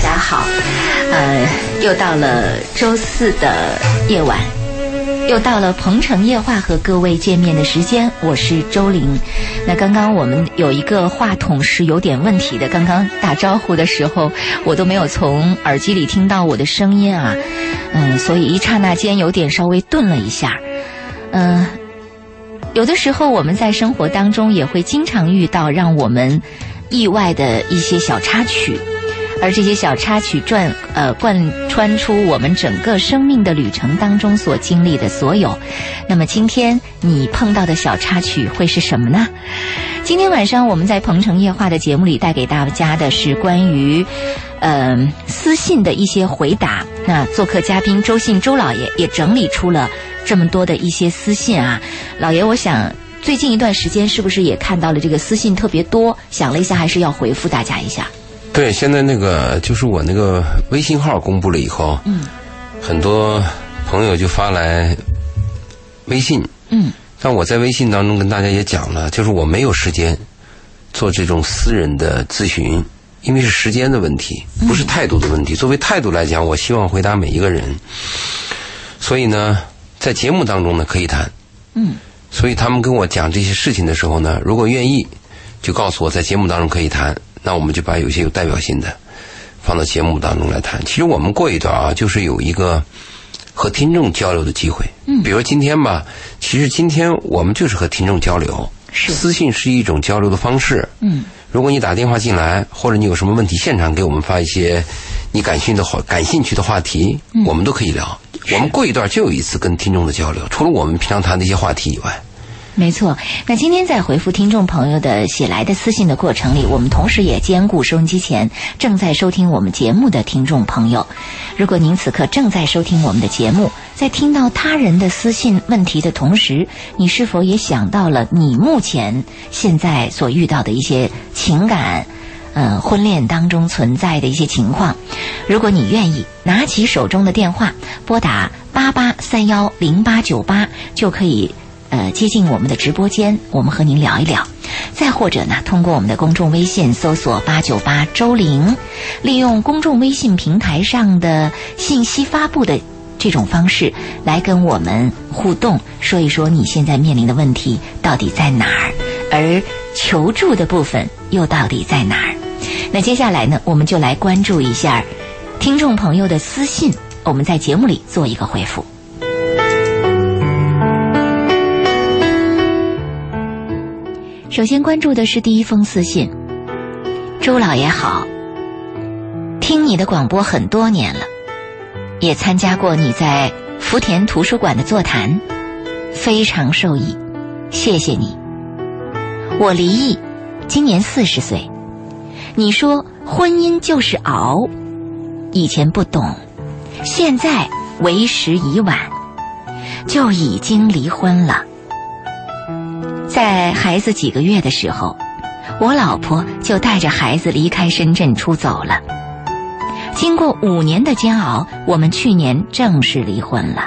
家好，又到了周四的夜晚，又到了鹏城夜话和各位见面的时间，我是周玲。那刚刚我们有一个话筒是有点问题的，刚刚打招呼的时候我都没有从耳机里听到我的声音啊，所以一刹那间有点稍微顿了一下。有的时候我们在生活当中也会经常遇到让我们意外的一些小插曲，而这些小插曲贯穿出我们整个生命的旅程当中所经历的所有。那么今天你碰到的小插曲会是什么呢？今天晚上我们在鹏城夜话的节目里带给大家的是关于私信的一些回答。那做客嘉宾周信周老爷也整理出了这么多的一些私信啊。老爷，我想最近一段时间是不是也看到了这个私信特别多，想了一下还是要回复大家一下。 对，现在那个就是我那个微信号公布了以后，很多朋友就发来微信，但我在微信当中跟大家也讲了，就是我没有时间做这种私人的咨询，因为是时间的问题，不是态度的问题。作为态度来讲，我希望回答每一个人，所以呢，在节目当中呢可以谈，所以他们跟我讲这些事情的时候呢，如果愿意，就告诉我在节目当中可以谈。那我们就把有些有代表性的放到节目当中来谈。其实我们过一段啊，就是有一个和听众交流的机会。比如今天吧，其实今天我们就是和听众交流，私信是一种交流的方式。如果你打电话进来，或者你有什么问题，现场给我们发一些你感兴趣的话题，我们都可以聊。我们过一段就有一次跟听众的交流，除了我们平常谈的一些话题以外。 没错，那今天在回复听众朋友的写来的私信的过程里，我们同时也兼顾收音机前正在收听我们节目的听众朋友。如果您此刻正在收听我们的节目，在听到他人的私信问题的同时，你是否也想到了你目前现在所遇到的一些情感婚恋当中存在的一些情况？如果你愿意拿起手中的电话拨打88310898，就可以接近我们的直播间，我们和您聊一聊。再或者呢，通过我们的公众微信搜索898周玲，利用公众微信平台上的信息发布的这种方式来跟我们互动，说一说你现在面临的问题到底在哪儿，而求助的部分又到底在哪儿。那接下来呢，我们就来关注一下听众朋友的私信，我们在节目里做一个回复。首先关注的是第一封私信。周老爷好，听你的广播很多年了，也参加过你在福田图书馆的座谈，非常受益，谢谢你。我离异，今年40岁。你说婚姻就是熬，以前不懂，现在为时已晚，就已经离婚了。在孩子几个月的时候，我老婆就带着孩子离开深圳出走了。经过5年的煎熬，我们去年正式离婚了。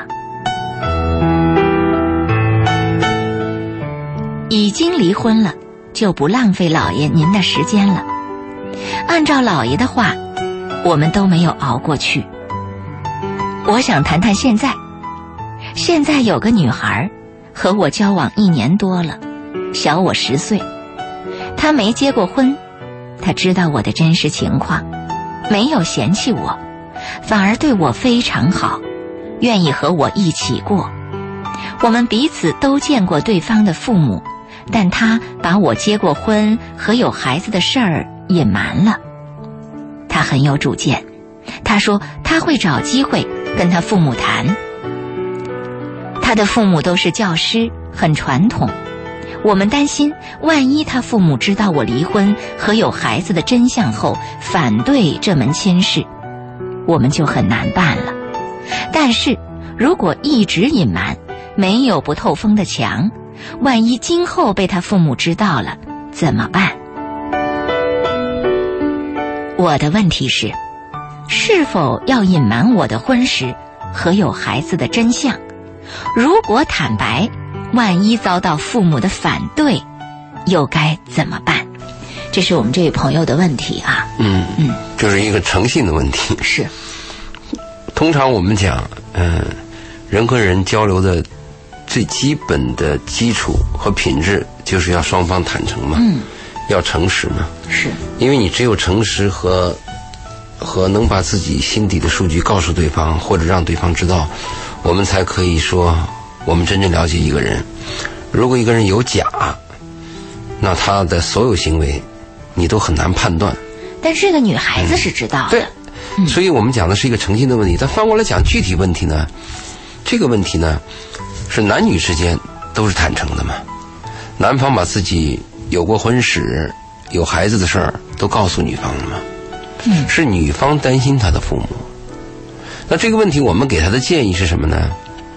已经离婚了，就不浪费老爷您的时间了。按照老爷的话，我们都没有熬过去。我想谈谈现在有个女孩和我交往1年多了，小我10岁，她没结过婚，她知道我的真实情况，没有嫌弃我，反而对我非常好，愿意和我一起过。我们彼此都见过对方的父母，但她把我结过婚和有孩子的事儿隐瞒了。她很有主见，她说她会找机会跟她父母谈。她的父母都是教师，很传统。我们担心万一他父母知道我离婚和有孩子的真相后反对这门亲事，我们就很难办了。但是如果一直隐瞒，没有不透风的墙，万一今后被他父母知道了怎么办？我的问题是，是否要隐瞒我的婚史和有孩子的真相？如果坦白，万一遭到父母的反对，又该怎么办？这是我们这位朋友的问题啊。 就是一个诚信的问题。 是。 通常我们讲，人和人交流的最基本的基础和品质，就是要双方坦诚嘛，要诚实嘛。 是。 因为你只有诚实和能把自己心底的数据告诉对方，或者让对方知道，我们才可以说我们真正了解一个人。如果一个人有假，那他的所有行为你都很难判断。 但这个女孩子是知道的。 对。所以我们讲的是一个诚信的问题。但翻过来讲具体问题呢，这个问题呢是男女之间都是坦诚的嘛。男方把自己有过婚史有孩子的事儿都告诉女方了嘛。是女方担心她的父母。那这个问题我们给她的建议是什么呢？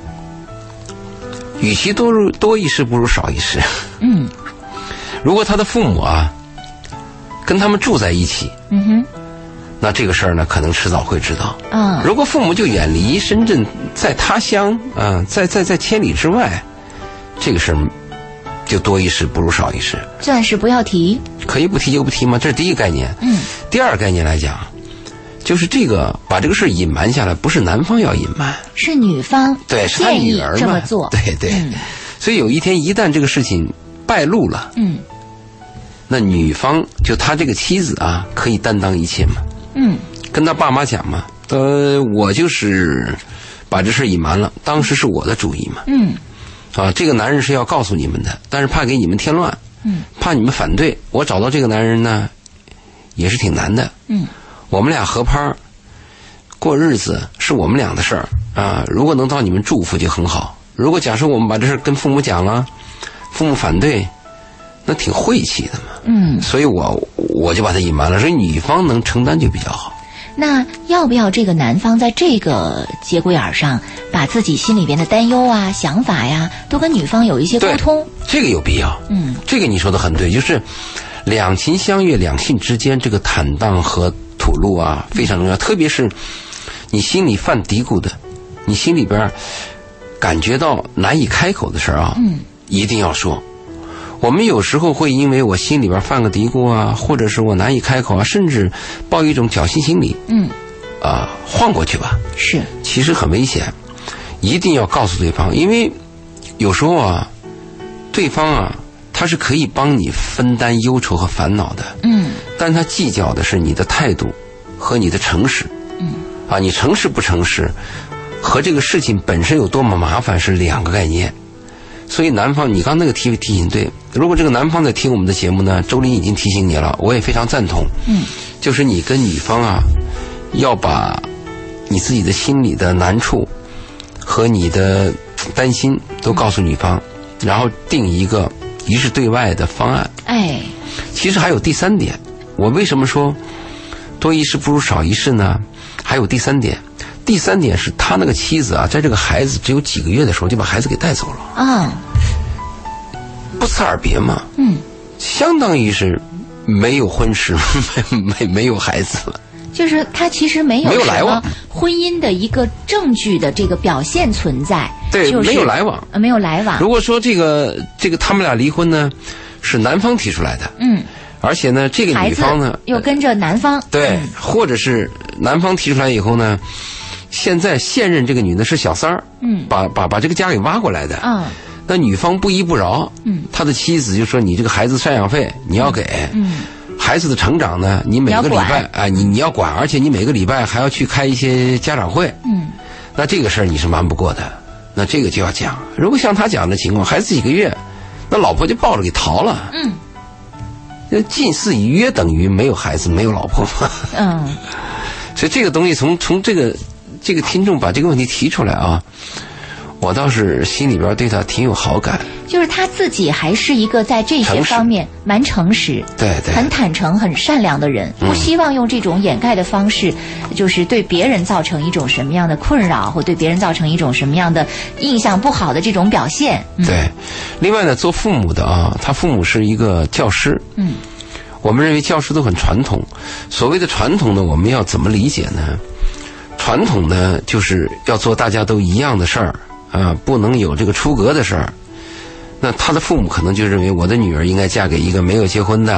与其多一事不如少一事。如果她的父母啊跟他们住在一起，那这个事儿呢，可能迟早会知道。如果父母就远离深圳，在他乡在千里之外，这个事儿就多一事不如少一事。 暂时不要提， 可以不提就不提吗？这是第一个概念。第二个概念来讲，就是这个把这个事隐瞒下来，不是男方要隐瞒， 是女方对，是他女儿嘛， 这么做。 对。所以有一天一旦这个事情败露了，那女方就他这个妻子啊，可以担当一切嘛。跟他爸妈讲嘛，我就是把这事隐瞒了，当时是我的主意嘛。这个男人是要告诉你们的，但是怕给你们添乱，怕你们反对，我找到这个男人呢，也是挺难的。我们俩合拍过日子是我们俩的事儿啊。如果能到你们祝福就很好。如果假设我们把这事跟父母讲了，父母反对，那挺晦气的嘛。所以我就把它隐瞒了，所以女方能承担就比较好。 那要不要这个男方在这个节骨眼上，把自己心里边的担忧啊、想法呀，都跟女方有一些沟通？这个有必要。这个你说的很对，就是两情相悦、两性之间这个坦荡和吐露啊，非常重要。特别是你心里犯嘀咕的，你心里边感觉到难以开口的事啊，一定要说。我们有时候会因为我心里边犯个嘀咕啊，或者是我难以开口啊，甚至抱一种侥幸心理，晃过去吧。是，其实很危险，一定要告诉对方，因为有时候啊，对方啊，他是可以帮你分担忧愁和烦恼的，但他计较的是你的态度和你的诚实，你诚实不诚实，和这个事情本身有多么麻烦是两个概念。所以男方，你刚那个提醒对，如果这个男方在听我们的节目呢，周林已经提醒你了，我也非常赞同。就是你跟女方啊，要把你自己的心里的难处和你的担心都告诉女方，然后定一个一致对外的方案。其实还有第三点，我为什么说多一事不如少一事呢？还有第三点。第三点是他那个妻子啊，在这个孩子只有几个月的时候就把孩子给带走了不辞而别嘛，相当于是没有婚史，没有孩子了，就是他其实没有来往婚姻的一个证据的这个表现存在，对，没有来往，没有来往。如果说这个他们俩离婚呢，是男方提出来的，而且呢，这个女方呢又跟着男方，对，或者是男方提出来以后呢。现任这个女的是小三儿，把这个家给挖过来的，那女方不依不饶，他的妻子就说你这个孩子赡养费你要给，孩子的成长呢，你每个礼拜你要管，而且你每个礼拜还要去开一些家长会，那这个事儿你是瞒不过的，那这个就要讲。如果像他讲的情况，孩子几个月，那老婆就抱着给逃了，近似于约等于没有孩子没有老婆嘛，所以这个东西从这个听众把这个问题提出来啊，我倒是心里边对他挺有好感。就是他自己还是一个在这些方面蛮诚实，对，很坦诚、很善良的人，不希望用这种掩盖的方式，就是对别人造成一种什么样的困扰，或对别人造成一种什么样的印象不好的这种表现。对，另外呢，做父母的啊，他父母是一个教师，我们认为教师都很传统。所谓的传统呢，我们要怎么理解呢？传统呢，就是要做大家都一样的事儿啊，不能有这个出格的事儿。那他的父母可能就认为我的女儿应该嫁给一个没有结婚的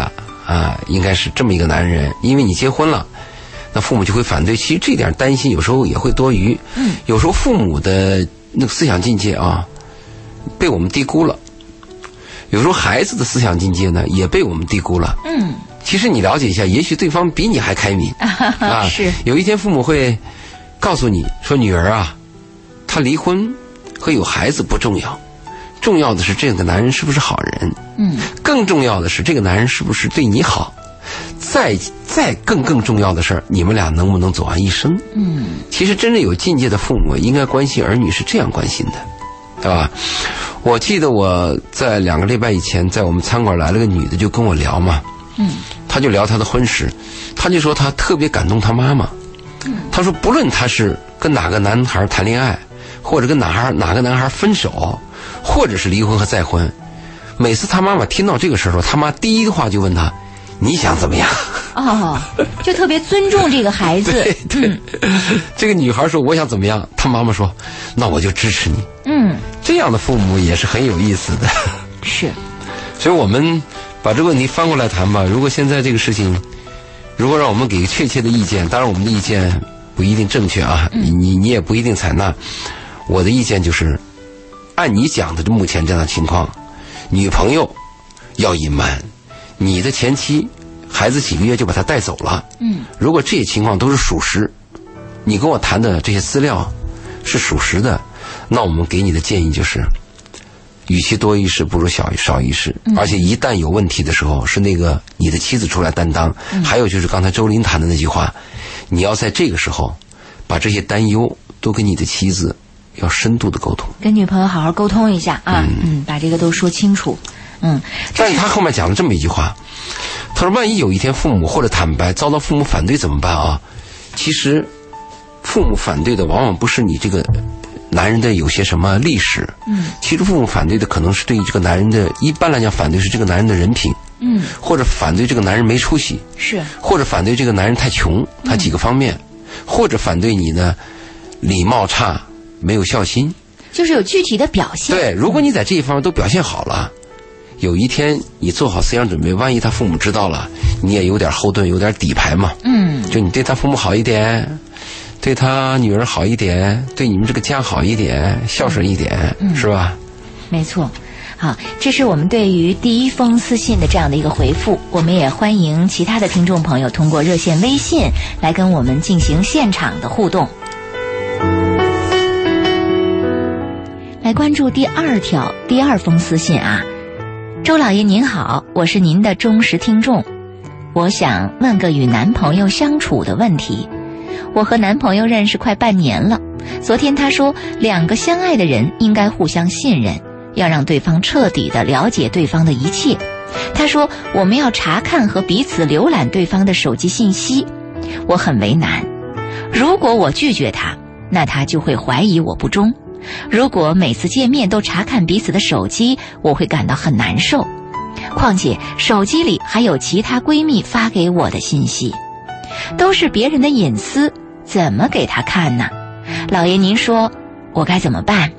啊，应该是这么一个男人，因为你结婚了，那父母就会反对。其实这点担心有时候也会多余。有时候父母的那个思想境界啊，被我们低估了。有时候孩子的思想境界呢，也被我们低估了。其实你了解一下，也许对方比你还开明啊。 是。有一天父母会告诉你说：“女儿啊，他离婚和有孩子不重要，重要的是这个男人是不是好人。更重要的是这个男人是不是对你好。再更重要的事儿，你们俩能不能走完一生。其实真正有境界的父母应该关心儿女是这样关心的，对吧？我记得我在2个礼拜以前，在我们餐馆来了个女的，就跟我聊嘛。她就聊她的婚史，她就说她特别感动她妈妈。她说不论她是跟哪个男孩谈恋爱，或者跟哪个男孩分手，或者是离婚和再婚，每次她妈妈听到这个事儿的时候，她妈第一个话就问她：“你想怎么样？” 就特别尊重这个孩子。 对，这个女孩说：“我想怎么样？”她妈妈说：“那我就支持你。”这样的父母也是很有意思的。 是， 所以我们把这个问题翻过来谈吧。如果现在这个事情，如果让我们给确切的意见，当然我们的意见不一定正确啊，你也不一定采纳。我的意见就是，按你讲的目前这样的情况，女朋友要隐瞒，你的前妻孩子几个月就把他带走了。如果这些情况都是属实，你跟我谈的这些资料是属实的，那我们给你的建议就是，与其多一事不如少一事。而且一旦有问题的时候，是那个你的妻子出来担当。还有就是刚才周林谈的那句话，你要在这个时候把这些担忧都跟你的妻子要深度的沟通， 跟女朋友好好沟通一下啊。把这个都说清楚。 但是他后面讲了这么一句话，他说万一有一天父母或者坦白遭到父母反对怎么办啊？其实父母反对的往往不是你这个男人的有些什么历史，其实父母反对的可能是对于这个男人的，一般来讲反对是这个男人的人品，或者反对这个男人没出息， 是， 或者反对这个男人太穷，他几个方面，或者反对你呢礼貌差，没有孝心， 就是有具体的表现。 对，如果你在这一方面都表现好了，有一天你做好思想准备，万一他父母知道了，你也有点后盾，有点底牌嘛。就你对他父母好一点，对他女儿好一点，对你们这个家好一点，孝顺一点，是吧？ 没错。好，这是我们对于第一封私信的这样的一个回复。我们也欢迎其他的听众朋友通过热线微信来跟我们进行现场的互动。来关注第二封私信啊。周老爷您好，我是您的忠实听众，我想问个与男朋友相处的问题。我和男朋友认识快半年了，昨天他说2个相爱的人应该互相信任，要让对方彻底地了解对方的一切。他说我们要查看和彼此浏览对方的手机信息。我很为难，如果我拒绝他，那他就会怀疑我不忠。如果每次见面都查看彼此的手机，我会感到很难受。况且手机里还有其他闺蜜发给我的信息，都是别人的隐私，怎么给他看呢？老爷您说我该怎么办？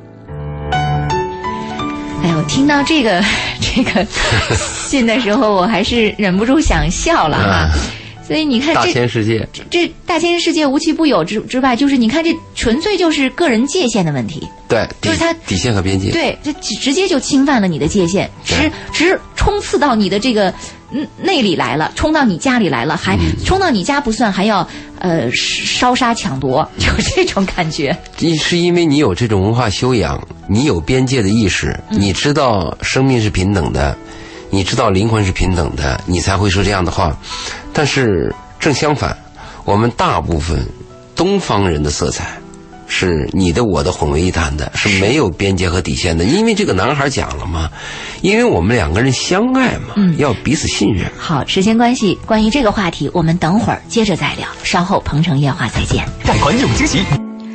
哎，我听到这个信的时候，我还是忍不住想笑了哈。所以你看， 大千世界， 这大千世界无奇不有之外，就是你看这纯粹就是个人界限的问题。 对， 就是它底线和边界。 对，这直接就侵犯了你的界限，直冲刺到你的这个内里来了，冲到你家里来了，还冲到你家不算，还要烧杀抢夺，就这种感觉。 是因为你有这种文化修养，你有边界的意识，你知道生命是平等的，你知道灵魂是平等的，你才会说这样的话。但是正相反，我们大部分东方人的色彩是你的我的混为一谈的，是没有边界和底线的。因为这个男孩讲了嘛，因为我们2个人相爱嘛，要彼此信任。 好，时间关系，关于这个话题我们等会儿接着再聊，稍后鹏城夜话再见。 贷款有惊喜。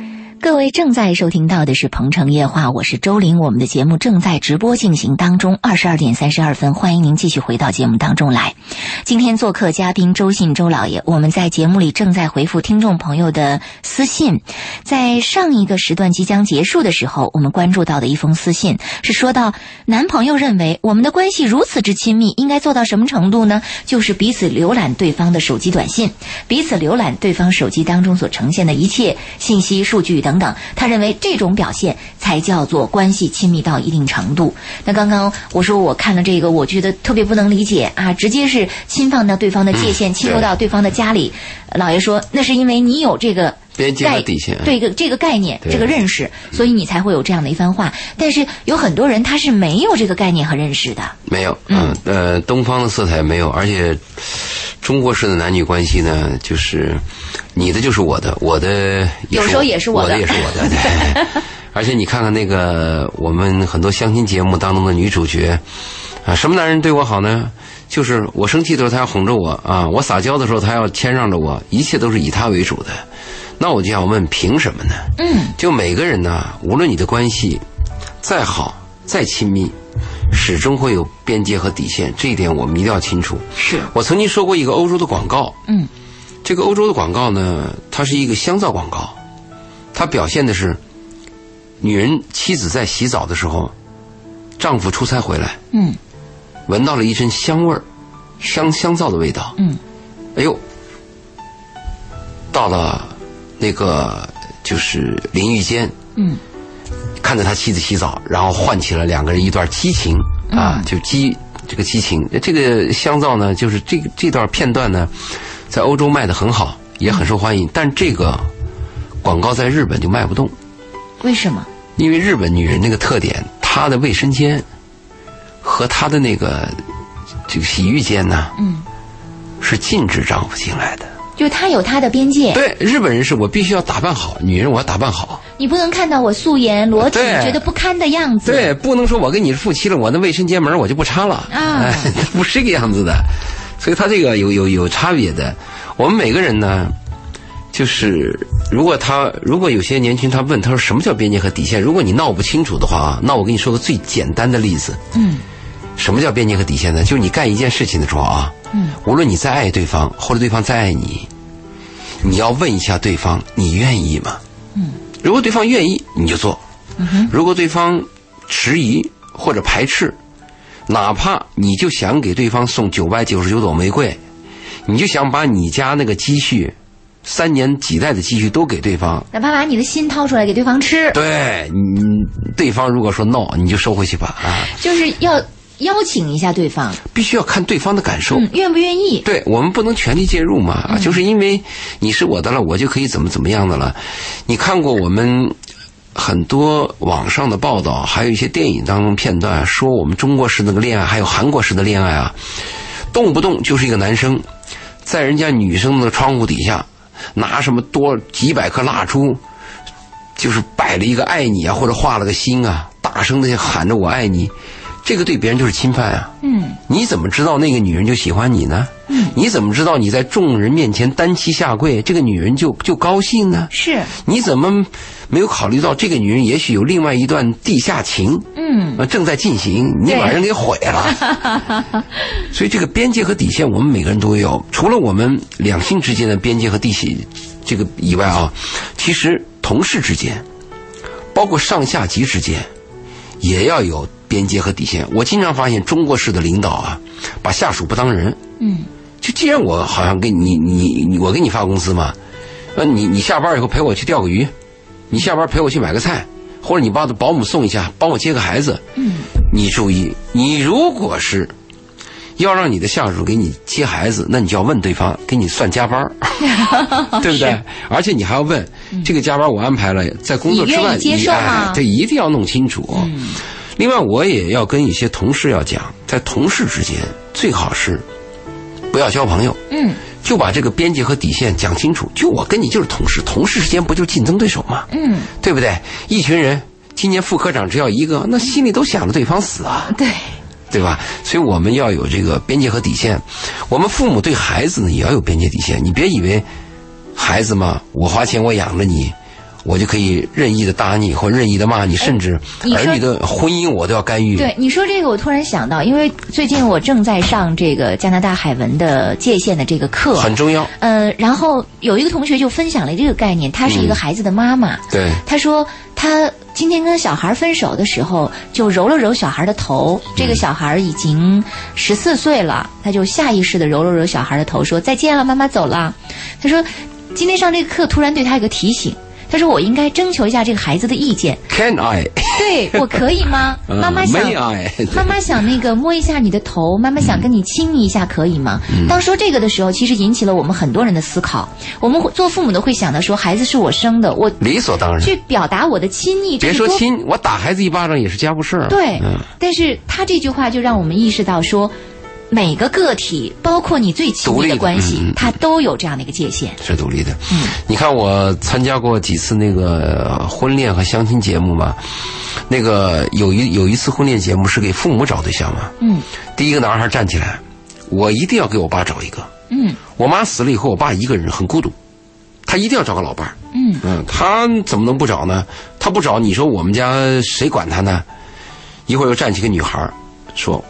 各位正在收听到的是《鹏城夜话》，我是周玲，我们的节目正在直播进行当中，22点32分，欢迎您继续回到节目当中来。今天做客嘉宾周信周老爷，我们在节目里正在回复听众朋友的私信。在上一个时段即将结束的时候，我们关注到的一封私信是说到，男朋友认为我们的关系如此之亲密，应该做到什么程度呢？就是彼此浏览对方的手机短信，彼此浏览对方手机当中所呈现的一切信息、数据等等，他认为这种表现才叫做关系亲密到一定程度。那刚刚我说我看了这个，我觉得特别不能理解啊，直接是侵犯到对方的界限，侵入到对方的家里。老爷说，那是因为你有这个边界和底线， 对这个概念，这个认识，所以你才会有这样的一番话。但是有很多人他是没有这个概念和认识的。 没有，东方的色彩没有，而且中国式的男女关系呢，就是你的就是我的，我的有时候也是我的， 我的也是我的。对而且你看看那个我们很多相亲节目当中的女主角啊，什么男人对我好呢？就是我生气的时候他要哄着我啊，我撒娇的时候他要谦让着我，一切都是以他为主的。那我就想问，凭什么呢？就每个人呢，无论你的关系再好再亲密，始终会有边界和底线，这一点我们一定要清楚。 是我曾经说过一个欧洲的广告，这个欧洲的广告呢，它是一个香皂广告，它表现的是女人妻子在洗澡的时候，丈夫出差回来，闻到了一阵香味儿，香皂的味道，哎呦，到了那个就是淋浴间，看着他妻子洗澡，然后唤起了两个人一段激情啊，就这个激情。这个香皂呢，就是这段片段呢，在欧洲卖得很好，也很受欢迎，但这个广告在日本就卖不动。 为什么？ 因为日本女人那个特点，她的卫生间和她的那个这个洗浴间呢，是禁止丈夫进来的。 就是他有他的边界。 对，日本人是我必须要打扮好，女人我要打扮好， 你不能看到我素颜裸体觉得不堪的样子。 对，不能说我跟你夫妻了，我的卫生间门我就不插了啊，不是这个样子的。所以他这个有差别的。我们每个人呢，就是如果有些年轻人他问他说什么叫边界和底线，如果你闹不清楚的话啊，那我跟你说个最简单的例子。什么叫边界和底线呢？就是你干一件事情的时候啊，无论你再爱对方或者对方再爱你，你要问一下对方你愿意吗？如果对方愿意你就做，如果对方迟疑或者排斥，哪怕你就想给对方送999朵玫瑰，你就想把你家那个积蓄3年几代的积蓄都给对方， 哪怕把你的心掏出来给对方吃， 对，对方如果说 no 你就收回去吧啊， 就是要邀请一下对方， 必须要看对方的感受， 愿不愿意。 对，我们不能全力介入嘛，就是因为你是我的了，我就可以怎么样的了。你看过我们很多网上的报道，还有一些电影当中片段，说我们中国式那个恋爱还有韩国式的恋爱啊，动不动就是一个男生在人家女生的窗户底下拿什么多几百颗蜡烛，就是摆了一个爱你啊，或者画了个心啊，大声的喊着我爱你，这个对别人就是侵犯啊。你怎么知道那个女人就喜欢你呢？你怎么知道你在众人面前单膝下跪，这个女人就高兴呢？是，你怎么没有考虑到这个女人也许有另外一段地下情，正在进行，你把人给毁了。所以这个边界和底线我们每个人都有，除了我们两性之间的边界和底线这个以外啊，其实同事之间包括上下级之间也要有边界和底线。我经常发现中国式的领导啊，把下属不当人。就既然我好像给你我给你发工资嘛，你下班以后陪我去钓个鱼，你下班陪我去买个菜，或者你把保姆送一下，帮我接个孩子。你注意，你如果是要让你的下属给你接孩子，那你就要问对方给你算加班，对不对？而且你还要问，这个加班我安排了，在工作之外， 你接受吗？ 这一定要弄清楚。另外，我也要跟一些同事要讲，在同事之间最好是不要交朋友。就把这个边界和底线讲清楚。就我跟你就是同事，同事之间不就是竞争对手吗？对不对？一群人，今年副科长只要一个，那心里都想着对方死啊。对吧？所以我们要有这个边界和底线。我们父母对孩子呢也要有边界底线。你别以为孩子嘛，我花钱我养着你， 我就可以任意的打你或任意的骂你，甚至儿女的婚姻我都要干预。 对，你说这个我突然想到，因为最近我正在上这个加拿大海文的界限的这个课， 很重要。 然后有一个同学就分享了这个概念，她是一个孩子的妈妈， 对， 她说她今天跟小孩分手的时候，就揉了揉小孩的头，这个小孩已经14岁了，她就下意识的揉了揉小孩的头，说再见了，妈妈走了。她说今天上这个课突然对她有个提醒，她说我应该征求一下这个孩子的意见。 Can I？ 对，我可以吗？妈妈想，妈妈想那个摸一下你的头，妈妈想跟你亲昵一下，可以吗？当说这个的时候，其实引起了我们很多人的思考。我们做父母的会想到说，孩子是我生的，我理所当然去表达我的亲昵。 别说亲，我打孩子一巴掌也是家务事儿。 对，但是他这句话就让我们意识到说，每个个体，包括你最亲密的关系，它都有这样的一个界限， 是独立的。你看我参加过几次那个婚恋和相亲节目嘛，那个有一次婚恋节目是给父母找对象嘛。第一个男孩站起来，我一定要给我爸找一个。我妈死了以后，我爸一个人很孤独，他一定要找个老伴儿。他怎么能不找呢？他不找，你说我们家谁管他呢？一会儿又站起个女孩说，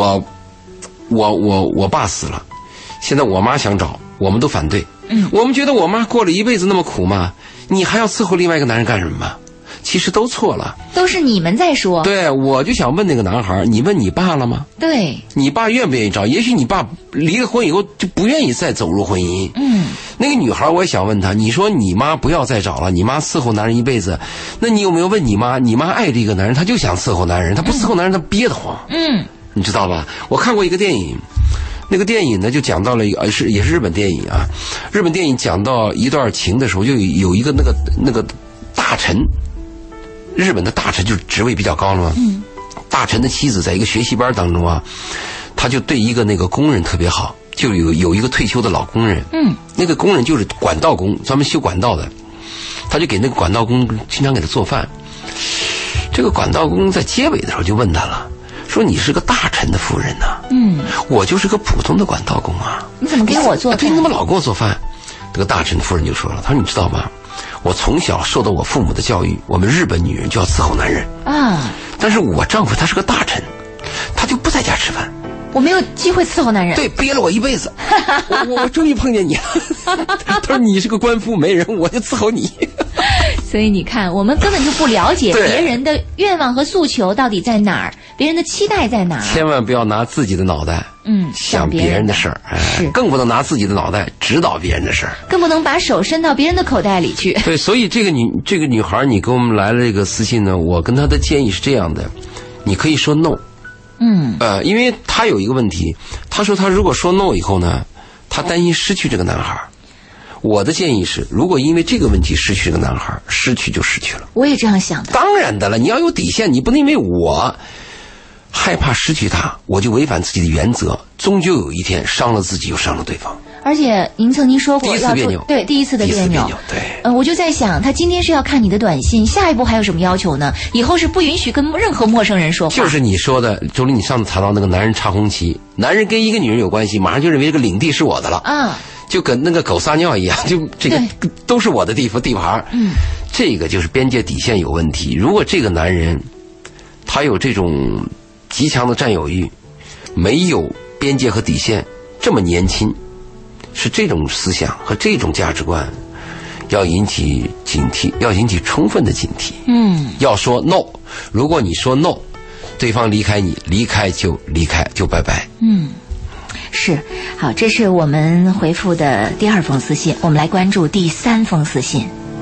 我爸死了，现在我妈想找，我们都反对。我们觉得我妈过了一辈子那么苦嘛，你还要伺候另外一个男人干什么？其实都错了， 都是你们在说。 对，我就想问那个男孩，你问你爸了吗？ 对， 你爸愿不愿意找？也许你爸离了婚以后就不愿意再走入婚姻。那个女孩我也想问她，你说你妈不要再找了，你妈伺候男人一辈子，那你有没有问你妈？你妈爱这个男人，她就想伺候男人，她不伺候男人，她憋得慌。你知道吧？我看过一个电影，那个电影呢就讲到了也是日本电影啊。日本电影讲到一段情的时候，就有一个那个大臣，日本的大臣就是职位比较高了嘛。大臣的妻子在一个学习班当中啊，他就对一个那个工人特别好，就有一个退休的老工人。那个工人就是管道工，专门修管道的，他就给那个管道工经常给他做饭。这个管道工在结尾的时候就问他了。说你是个大臣的夫人呐，我就是个普通的管道工啊， 你怎么给我做饭？ 对，你怎么老给我做饭？这个大臣夫人就说了，他说你知道吗？我从小受到我父母的教育，我们日本女人就要伺候男人啊。但是我丈夫他是个大臣，他就不在家吃饭， 我没有机会伺候男人。 对，憋了我一辈子，我终于碰见你了。他说你是个官夫没人，我就伺候你。 所以你看，我们根本就不了解别人的愿望和诉求到底在哪儿，别人的期待在哪儿。 千万不要拿自己的脑袋，想别人的事儿，更不能拿自己的脑袋指导别人的事儿， 更不能把手伸到别人的口袋里去。 对，所以这个女孩，你给我们来了这个私信呢，我跟她的建议是这样的，你可以说 no，因为她有一个问题，她说她如果说 no 以后呢，她担心失去这个男孩。我的建议是，如果因为这个问题失去这个男孩，失去就失去了。 我也这样想的。当然的了，你要有底线，你不能因为我害怕失去他，我就违反自己的原则，终究有一天伤了自己又伤了对方。 而且您曾经说过， 第一次别扭， 对，第一次的别扭， 对。 我就在想，他今天是要看你的短信，下一步还有什么要求呢？以后是不允许跟任何陌生人说话。 就是你说的，周丽，你上次谈到那个男人插红旗，男人跟一个女人有关系，马上就认为这个领地是我的了啊。就跟那个狗撒尿一样，就这个都是我的地盘。这个就是边界底线有问题。如果这个男人他有这种极强的占有欲，没有边界和底线，这么年轻，是这种思想和这种价值观，要引起警惕，要引起充分的警惕。要说 no， 如果你说 no， 对方离开你，离开就拜拜。 是，好，这是我们回复的第2封私信，我们来关注第3封私信。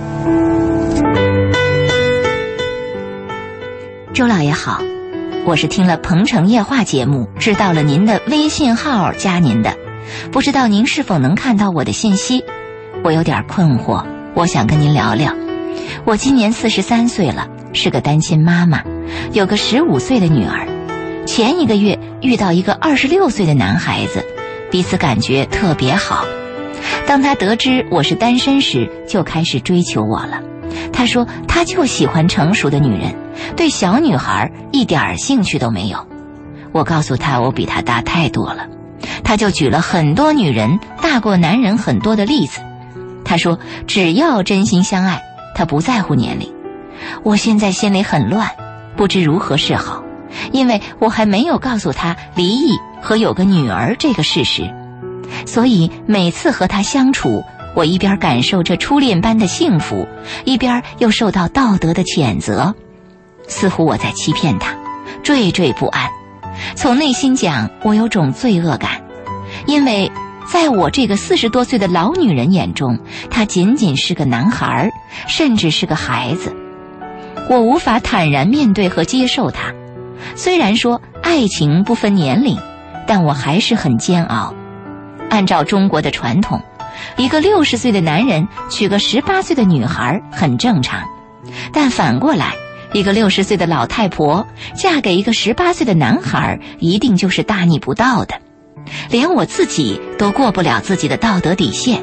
周老爷好，我是听了鹏城夜话节目知道了您的微信号加您的，不知道您是否能看到我的信息，我有点困惑，我想跟您聊聊。我今年43岁了，是个单亲妈妈，有个15岁的女儿。前一个月遇到一个26岁的男孩子，彼此感觉特别好。当他得知我是单身时，就开始追求我了。他说他就喜欢成熟的女人，对小女孩一点兴趣都没有。我告诉他我比他大太多了，他就举了很多女人大过男人很多的例子。他说只要真心相爱， 他不在乎年龄。我现在心里很乱，不知如何是好，因为我还没有告诉他离异和有个女儿这个事实。所以每次和他相处，我一边感受着初恋般的幸福，一边又受到道德的谴责，似乎我在欺骗他，惴惴不安。从内心讲，我有种罪恶感，因为在我这个40多岁的老女人眼中，他仅仅是个男孩，甚至是个孩子。我无法坦然面对和接受他。虽然说爱情不分年龄，但我还是很煎熬。按照中国的传统，一个60岁的男人娶个18岁的女孩很正常，但反过来，一个60岁的老太婆嫁给一个18岁的男孩，一定就是大逆不道的。连我自己都过不了自己的道德底线。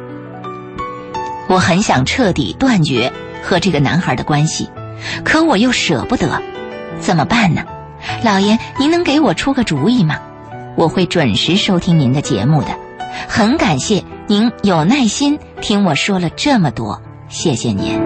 我很想彻底断绝和这个男孩的关系，可我又舍不得，怎么办呢？老爷，您能给我出个主意吗？我会准时收听您的节目的，很感谢您有耐心听我说了这么多，谢谢您。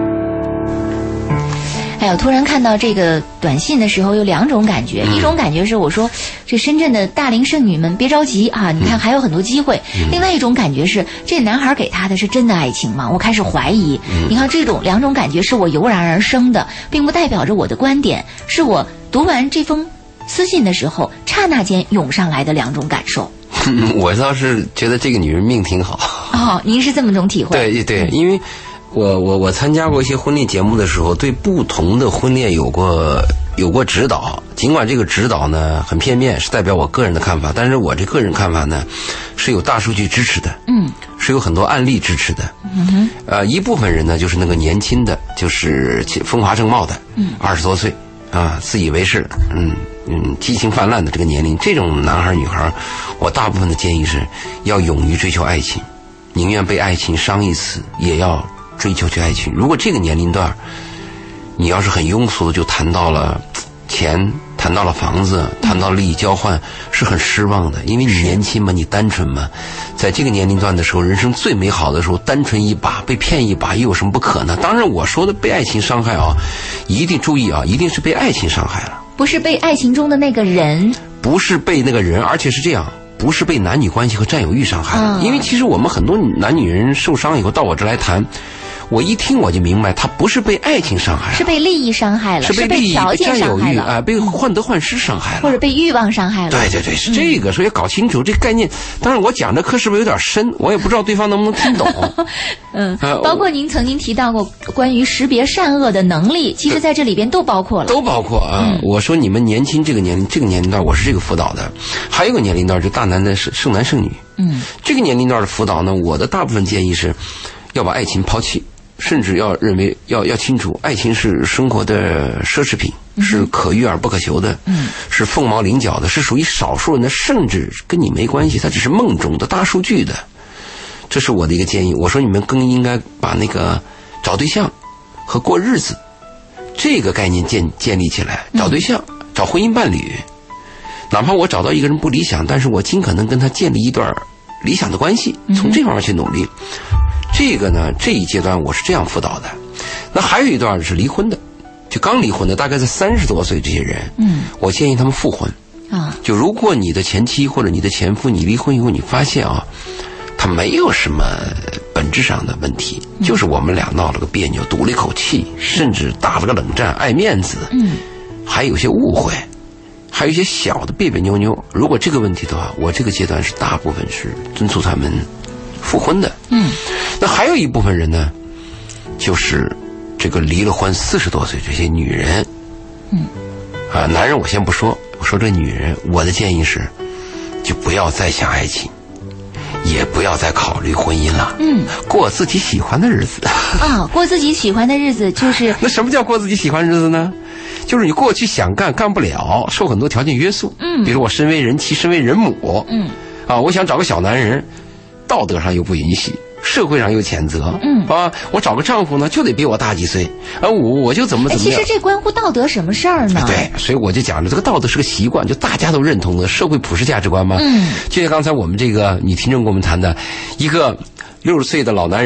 哎呦，突然看到这个短信的时候有2种感觉，一种感觉是我说这深圳的大龄剩女们别着急啊，你看还有很多机会。另外一种感觉是这男孩给她的是真的爱情吗？我开始怀疑。你看这种2种感觉是我油然而生的，并不代表着我的观点，是我读完这封私信的时候刹那间涌上来的2种感受。 我倒是觉得这个女人命挺好。 哦，您是这么种体会？ 对对，因为我参加过一些婚恋节目的时候，对不同的婚恋有过指导，尽管这个指导呢很片面，是代表我个人的看法，但是我这个人看法呢是有大数据支持的，是有很多案例支持的。一部分人呢就是那个年轻的，就是风华正茂的，20多岁啊，自以为是，激情泛滥的这个年龄，这种男孩女孩，我大部分的建议是要勇于追求爱情，宁愿被爱情伤一次，也要追求去爱情。如果这个年龄段你要是很庸俗的就谈到了钱，谈到了房子，谈到了利益交换，是很失望的。因为你年轻嘛，你单纯嘛，在这个年龄段的时候，人生最美好的时候，单纯一把，被骗一把又有什么不可呢？当然我说的被爱情伤害啊，一定注意啊，一定是被爱情伤害了， 不是被爱情中的那个人， 不是被那个人，而且是这样，不是被男女关系和占有欲伤害了。因为其实我们很多男女人受伤以后到我这来谈，我一听我就明白，他不是被爱情伤害了， 是被利益伤害了， 是被利益、 条件伤害了， 被患得患失伤害了， 或者被欲望伤害了。 对对对，是这个，所以搞清楚这个概念。当然，我讲这课是不是有点深？我也不知道对方能不能听懂。 包括您曾经提到过关于识别善恶的能力，其实在这里边都包括了， 都包括啊。我说你们年轻这个年龄段，我是这个辅导的。还有一个年龄段，就大男的剩男剩女。这个年龄段的辅导呢，我的大部分建议是要把爱情抛弃。甚至要认为要清楚，爱情是生活的奢侈品，是可遇而不可求的，是凤毛麟角的，是属于少数人的，甚至跟你没关系，它只是梦中的大数据的。这是我的一个建议。我说你们更应该把那个找对象和过日子这个概念建立起来。找对象，找婚姻伴侣，哪怕我找到一个人不理想，但是我尽可能跟他建立一段理想的关系，从这方面去努力。这个呢，这一阶段我是这样辅导的。那还有一段是离婚的，就刚离婚的，大概在30多岁这些人，我建议他们复婚啊。就如果你的前妻或者你的前夫，你离婚以后，你发现啊，他没有什么本质上的问题，就是我们俩闹了个别扭，赌了一口气，甚至打了个冷战，爱面子，还有些误会，还有一些小的别别扭扭。如果这个问题的话，我这个阶段是大部分是敦促他们复婚的。那还有一部分人呢，就是这个离了婚40多岁这些女人，男人我先不说，我说这女人，我的建议是，就不要再想爱情，也不要再考虑婚姻了，过自己喜欢的日子啊，过自己喜欢的日子就是那什么叫过自己喜欢的日子呢？就是你过去想干不了，受很多条件约束，比如我身为人妻，身为人母，我想找个小男人，道德上又不允许，社会上又谴责，我找个丈夫呢就得比我大几岁，我就怎么样。 其实这关乎道德什么事儿呢？ 对，所以我就讲了，这个道德是个习惯，就大家都认同的社会普世价值观嘛。就像刚才我们这个女听众跟我们谈的，一个60岁的老男人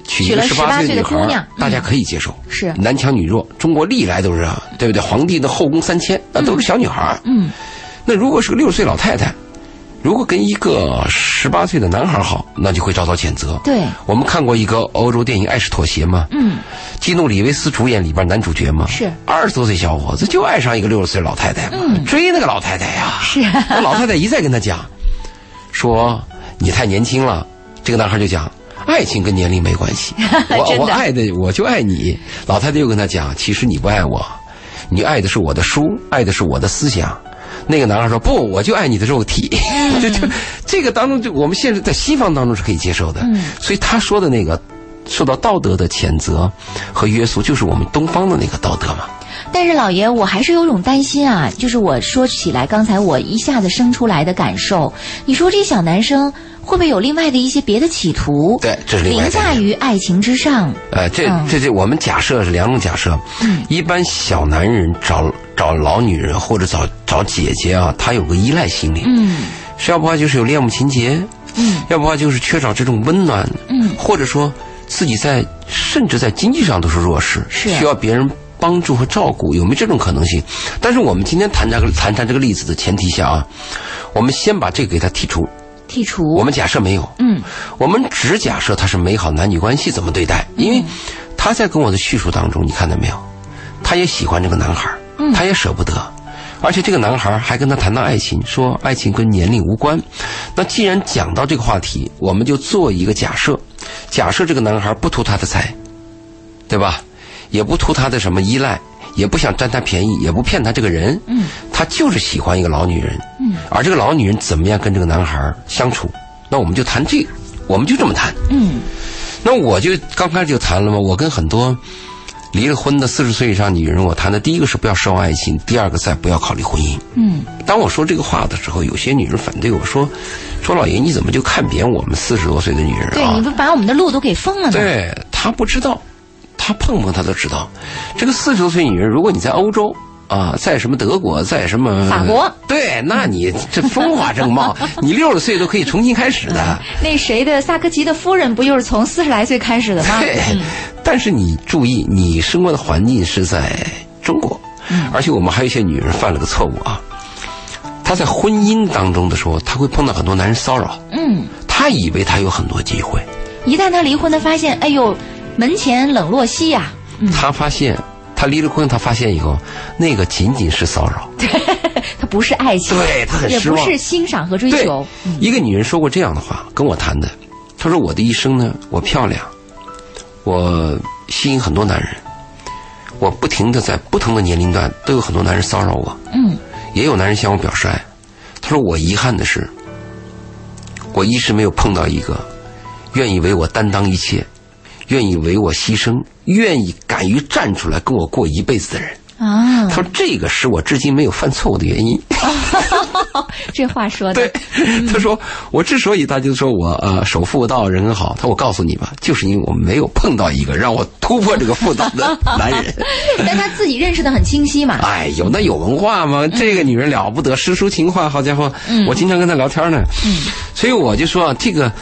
娶一个18岁的姑娘，大家可以接受， 是男强女弱，中国历来都是啊，对不对？皇帝的后宫3000，那都是小女孩。那如果是个60岁老太太，如果跟一个18岁的男孩好，那就会遭到谴责。 对， 我们看过一个欧洲电影《爱是妥协》吗？基努里维斯主演里边男主角嘛， 是 20多岁小伙子就爱上一个60岁老太太嘛，追那个老太太呀。 是那老太太一再跟他讲，说你太年轻了。这个男孩就讲，爱情跟年龄没关系，我爱的我就爱你。老太太又跟他讲，其实你不爱我，你爱的是我的书，爱的是我的思想。那个男孩说不，我就爱你的肉体。这个当中，就我们现在在西方当中是可以接受的。所以他说的那个受到道德的谴责和约束，就是我们东方的那个道德嘛。 但是老爷，我还是有种担心啊，就是我说起来，刚才我一下子生出来的感受，你说这小男生会不会有另外的一些别的企图？ 对，这是另外的。 凌驾于爱情之上。 这我们假设是2种假设。一般小男人找老女人或者找姐姐啊，他有个依赖心理。是要不然就是有恋母情节。要不然就是缺少这种温暖。或者说自己甚至在经济上都是弱势，需要别人帮助和照顾，有没有这种可能性？但是我们今天谈这个例子的前提下啊，我们先把这个给他剔除。我们假设没有，我们只假设他是美好男女关系怎么对待，因为他在跟我的叙述当中，你看到没有，他也喜欢这个男孩，他也舍不得，而且这个男孩还跟他谈到爱情，说爱情跟年龄无关。那既然讲到这个话题，我们就做一个假设这个男孩不图他的财，对吧？也不图他的什么依赖，也不想占他便宜，也不骗他这个人，他就是喜欢一个老女人，而这个老女人怎么样跟这个男孩相处，那我们就谈这个，我们就这么谈。那我就刚开始就谈了嘛，我跟很多离了婚的40岁以上女人，我谈的第一个是不要奢望爱情，第二个再不要考虑婚姻。当我说这个话的时候，有些女人反对我说老爷你怎么就看扁我们40多岁的女人啊？ 对，你不把我们的路都给封了呢？ 对，她不知道。他碰他都知道，这个40多岁女人，如果你在欧洲啊，在什么德国，在什么法国， 对，那你这风华正茂，你60岁都可以重新开始的。 那谁的萨科齐的夫人不就是从40来岁开始的吗？ 对，但是你注意，你生活的环境是在中国，而且我们还有一些女人犯了个错误啊，她在婚姻当中的时候，她会碰到很多男人骚扰，她以为她有很多机会， 一旦她离婚，她发现，哎呦。门前冷落溪呀！ 他发现，他离了婚，他发现以后，那个仅仅是骚扰， 对，他不是爱情， 对他很失望， 也不是欣赏和追求。 一个女人说过这样的话，跟我谈的，她说：“我的一生呢，我漂亮，我吸引很多男人，我不停的在不同的年龄段都有很多男人骚扰我，也有男人向我表示爱。她说我遗憾的是，我一直没有碰到一个愿意为我担当一切。”愿意为我牺牲，愿意敢于站出来跟我过一辈子的人啊！他说这个是我至今没有犯错误的原因。 这话说的对，他说我之所以他就说我守妇道人很好，他说我告诉你吧，就是因为我没有碰到一个让我突破这个妇道的男人。 但他自己认识的很清晰嘛。 哎，有文化嘛，这个女人了不得，诗书情画，好家伙，我经常跟她聊天呢。所以我就说这个。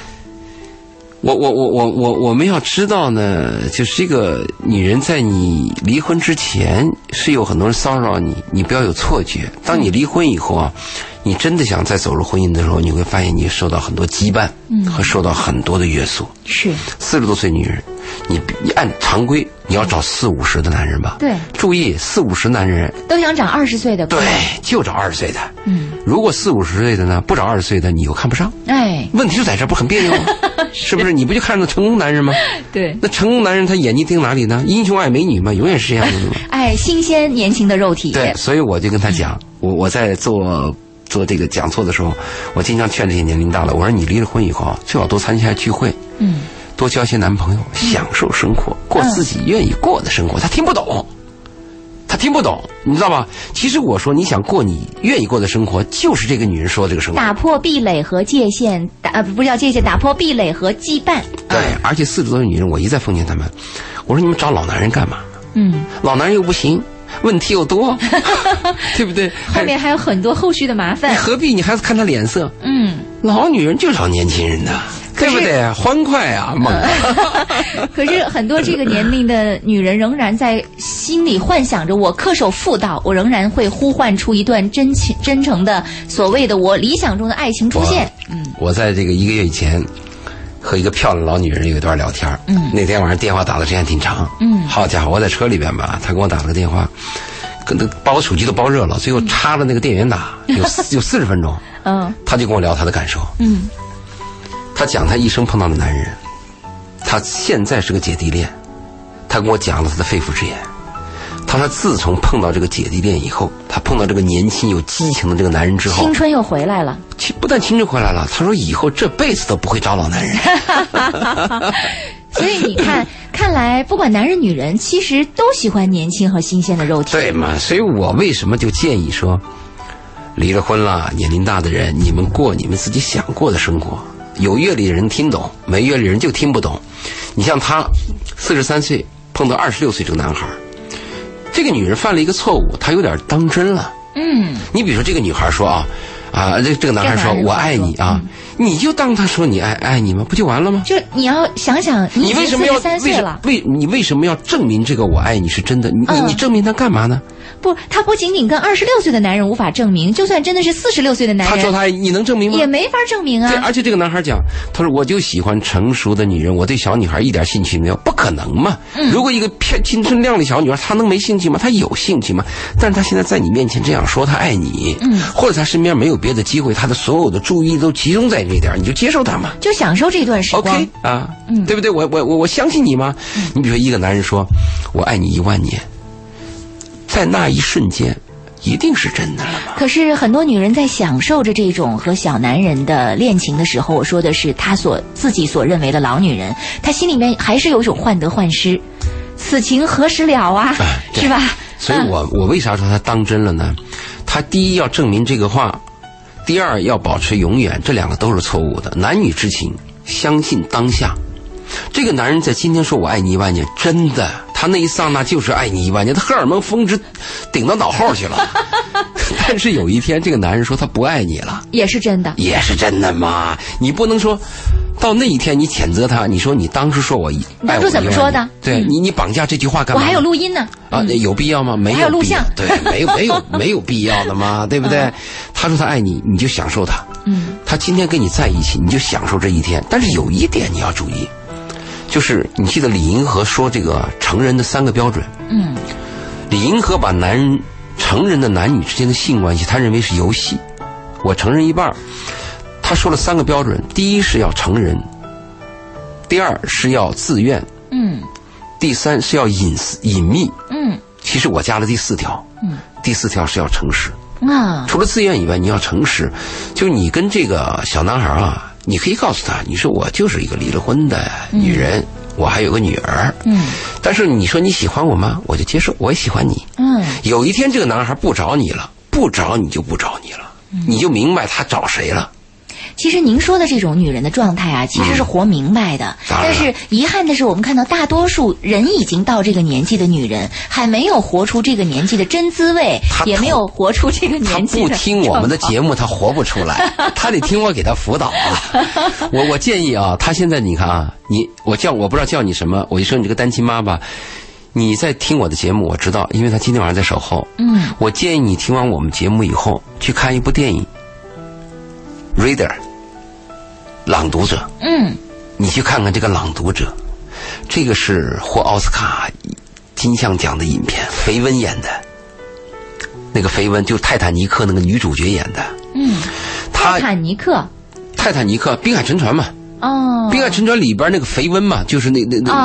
我们要知道呢，就是这个女人在你离婚之前是有很多人骚扰你，你不要有错觉。当你离婚以后啊，你真的想再走入婚姻的时候，你会发现你受到很多羁绊，和受到很多的约束。是40多岁女人，你按常规你要找40、50的男人吧？对，注意40、50男人都想找20岁的，对， 就找20岁的。如果40、50岁的呢，不找20岁的，你又看不上。哎，问题就在这，不很别扭吗？是不是？你不就看着成功男人吗？对，那成功男人他眼睛盯哪里呢？英雄爱美女嘛，永远是这样的嘛。 爱新鲜年轻的肉体。 对，所以我就跟他讲，我在做这个讲座的时候，我经常劝这些年龄大的，我说你离了婚以后最好多参加聚会，多交些男朋友，享受生活，过自己愿意过的生活。他听不懂，你知道吧？其实我说你想过你愿意过的生活，就是这个女人说这个生活， 打破壁垒和界限，不叫界限，打破壁垒和羁绊。 对，而且40多岁女人，我一再奉劝他们，我说你们找老男人干嘛？老男人又不行，问题又多，对不对？ 后面还有很多后续的麻烦， 何必你还是看他脸色？老女人就找年轻人的。 对不对？欢快啊，梦。 可是很多这个年龄的女人仍然在心里幻想着，我恪守妇道，我仍然会呼唤出一段真诚的所谓的我理想中的爱情出现。 我在这个1个月以前和一个漂亮老女人有一段聊天，那天晚上电话打的时间挺长，好家伙，我在车里边吧，她给我打了个电话，把我手机都包热了，最后插了那个电源打，有40分钟，她就跟我聊她的感受，她讲她一生碰到的男人，她现在是个姐弟恋，她跟我讲了她的肺腑之言。她说自从碰到这个姐弟恋以后，她碰到这个年轻有激情的这个男人之后， 青春又回来了。 不但青春回来了，她说以后这辈子都不会找老男人。 所以你看来不管男人女人，其实都喜欢年轻和新鲜的肉体。 对嘛？所以我为什么就建议说，离了婚了，年龄大的人，你们过你们自己想过的生活。有阅历的人听懂，没阅历的人就听不懂。你像他43岁碰到26岁这个男孩，这个女人犯了一个错误，她有点当真了。你比如说这个女孩说这个男孩说我爱你啊，你就当他说你爱你吗？不就完了吗？ 就你要想想， 你为什么要 43岁了， 你为什么要证明这个我爱你是真的？你证明他干嘛呢？ 不，他不仅仅跟26岁的男人无法证明，就算真的是46岁的男人， 他说他你能证明吗？ 也没法证明啊。 对，而且这个男孩讲，他说我就喜欢成熟的女人，我对小女孩一点兴趣没有，不可能嘛。如果一个青春靓丽小女孩，她能没兴趣吗？她有兴趣吗？但是她现在在你面前这样说，她爱你，或者她身边没有别的机会，她的所有的注意力都集中在这点，你就接受她嘛， 就享受这段时光。 OK 啊，对不对？我相信你吗？你比如说一个男人说我爱你1万年，在那一瞬间一定是真的了吗？ 可是很多女人在享受着这种和小男人的恋情的时候，我说的是她自己所认为的老女人，她心里面还是有一种患得患失，此情何时了啊，是吧？ 所以我为啥说她当真了呢？她第一要证明这个话，第二要保持永远，这2个都是错误的。男女之情，相信当下。这个男人在今天说我爱你1万年，真的，他那一刹那就是爱你1万年，他荷尔蒙峰值顶到脑后去了。但是有一天这个男人说他不爱你了， 也是真的， 也是真的嘛。你不能说到那一天你谴责他，你说你当时说我爱我， 当初怎么说的？ 对，你绑架这句话干嘛？ 我还有录音呢。 有必要吗？没有， 还有录像。 对，没有必要的嘛，对不对？他说他爱你，你就享受他。他今天跟你在一起，你就享受这一天。但是有一点你要注意，就是你记得李银河说这个成人的3个标准。李银河把成人的男女之间的性关系，他认为是游戏，我承认一半。他说了3个标准：第一是要成人，第二是要自愿，第三是要隐秘，其实我加了第4条，第4条是要诚实啊。除了自愿以外，你要诚实，就是你跟这个小男孩啊，你可以告诉他，你说我就是一个离了婚的女人，我还有个女儿，但是你说你喜欢我吗？我就接受，我也喜欢你。有一天这个男孩不找你了，不找你就不找你了，你就明白他找谁了。 其实您说的这种女人的状态啊，其实是活明白的。但是遗憾的是，我们看到大多数人已经到这个年纪的女人，还没有活出这个年纪的真滋味，也没有活出这个年纪的。 他不听我们的节目，他活不出来。他得听我给他辅导啊。我建议啊，他现在你看啊，我不知道叫你什么，我就说你这个单亲妈吧。你在听我的节目，我知道，因为他今天晚上在守候。我建议你听完我们节目以后，去看一部电影。Reader， 朗读者。你去看看这个朗读者，这个是获奥斯卡金像奖的影片，肥温演的。那个肥温就是泰坦尼克那个女主角演的。泰坦尼克滨海沉船嘛。滨海沉船里边那个肥温嘛，就是那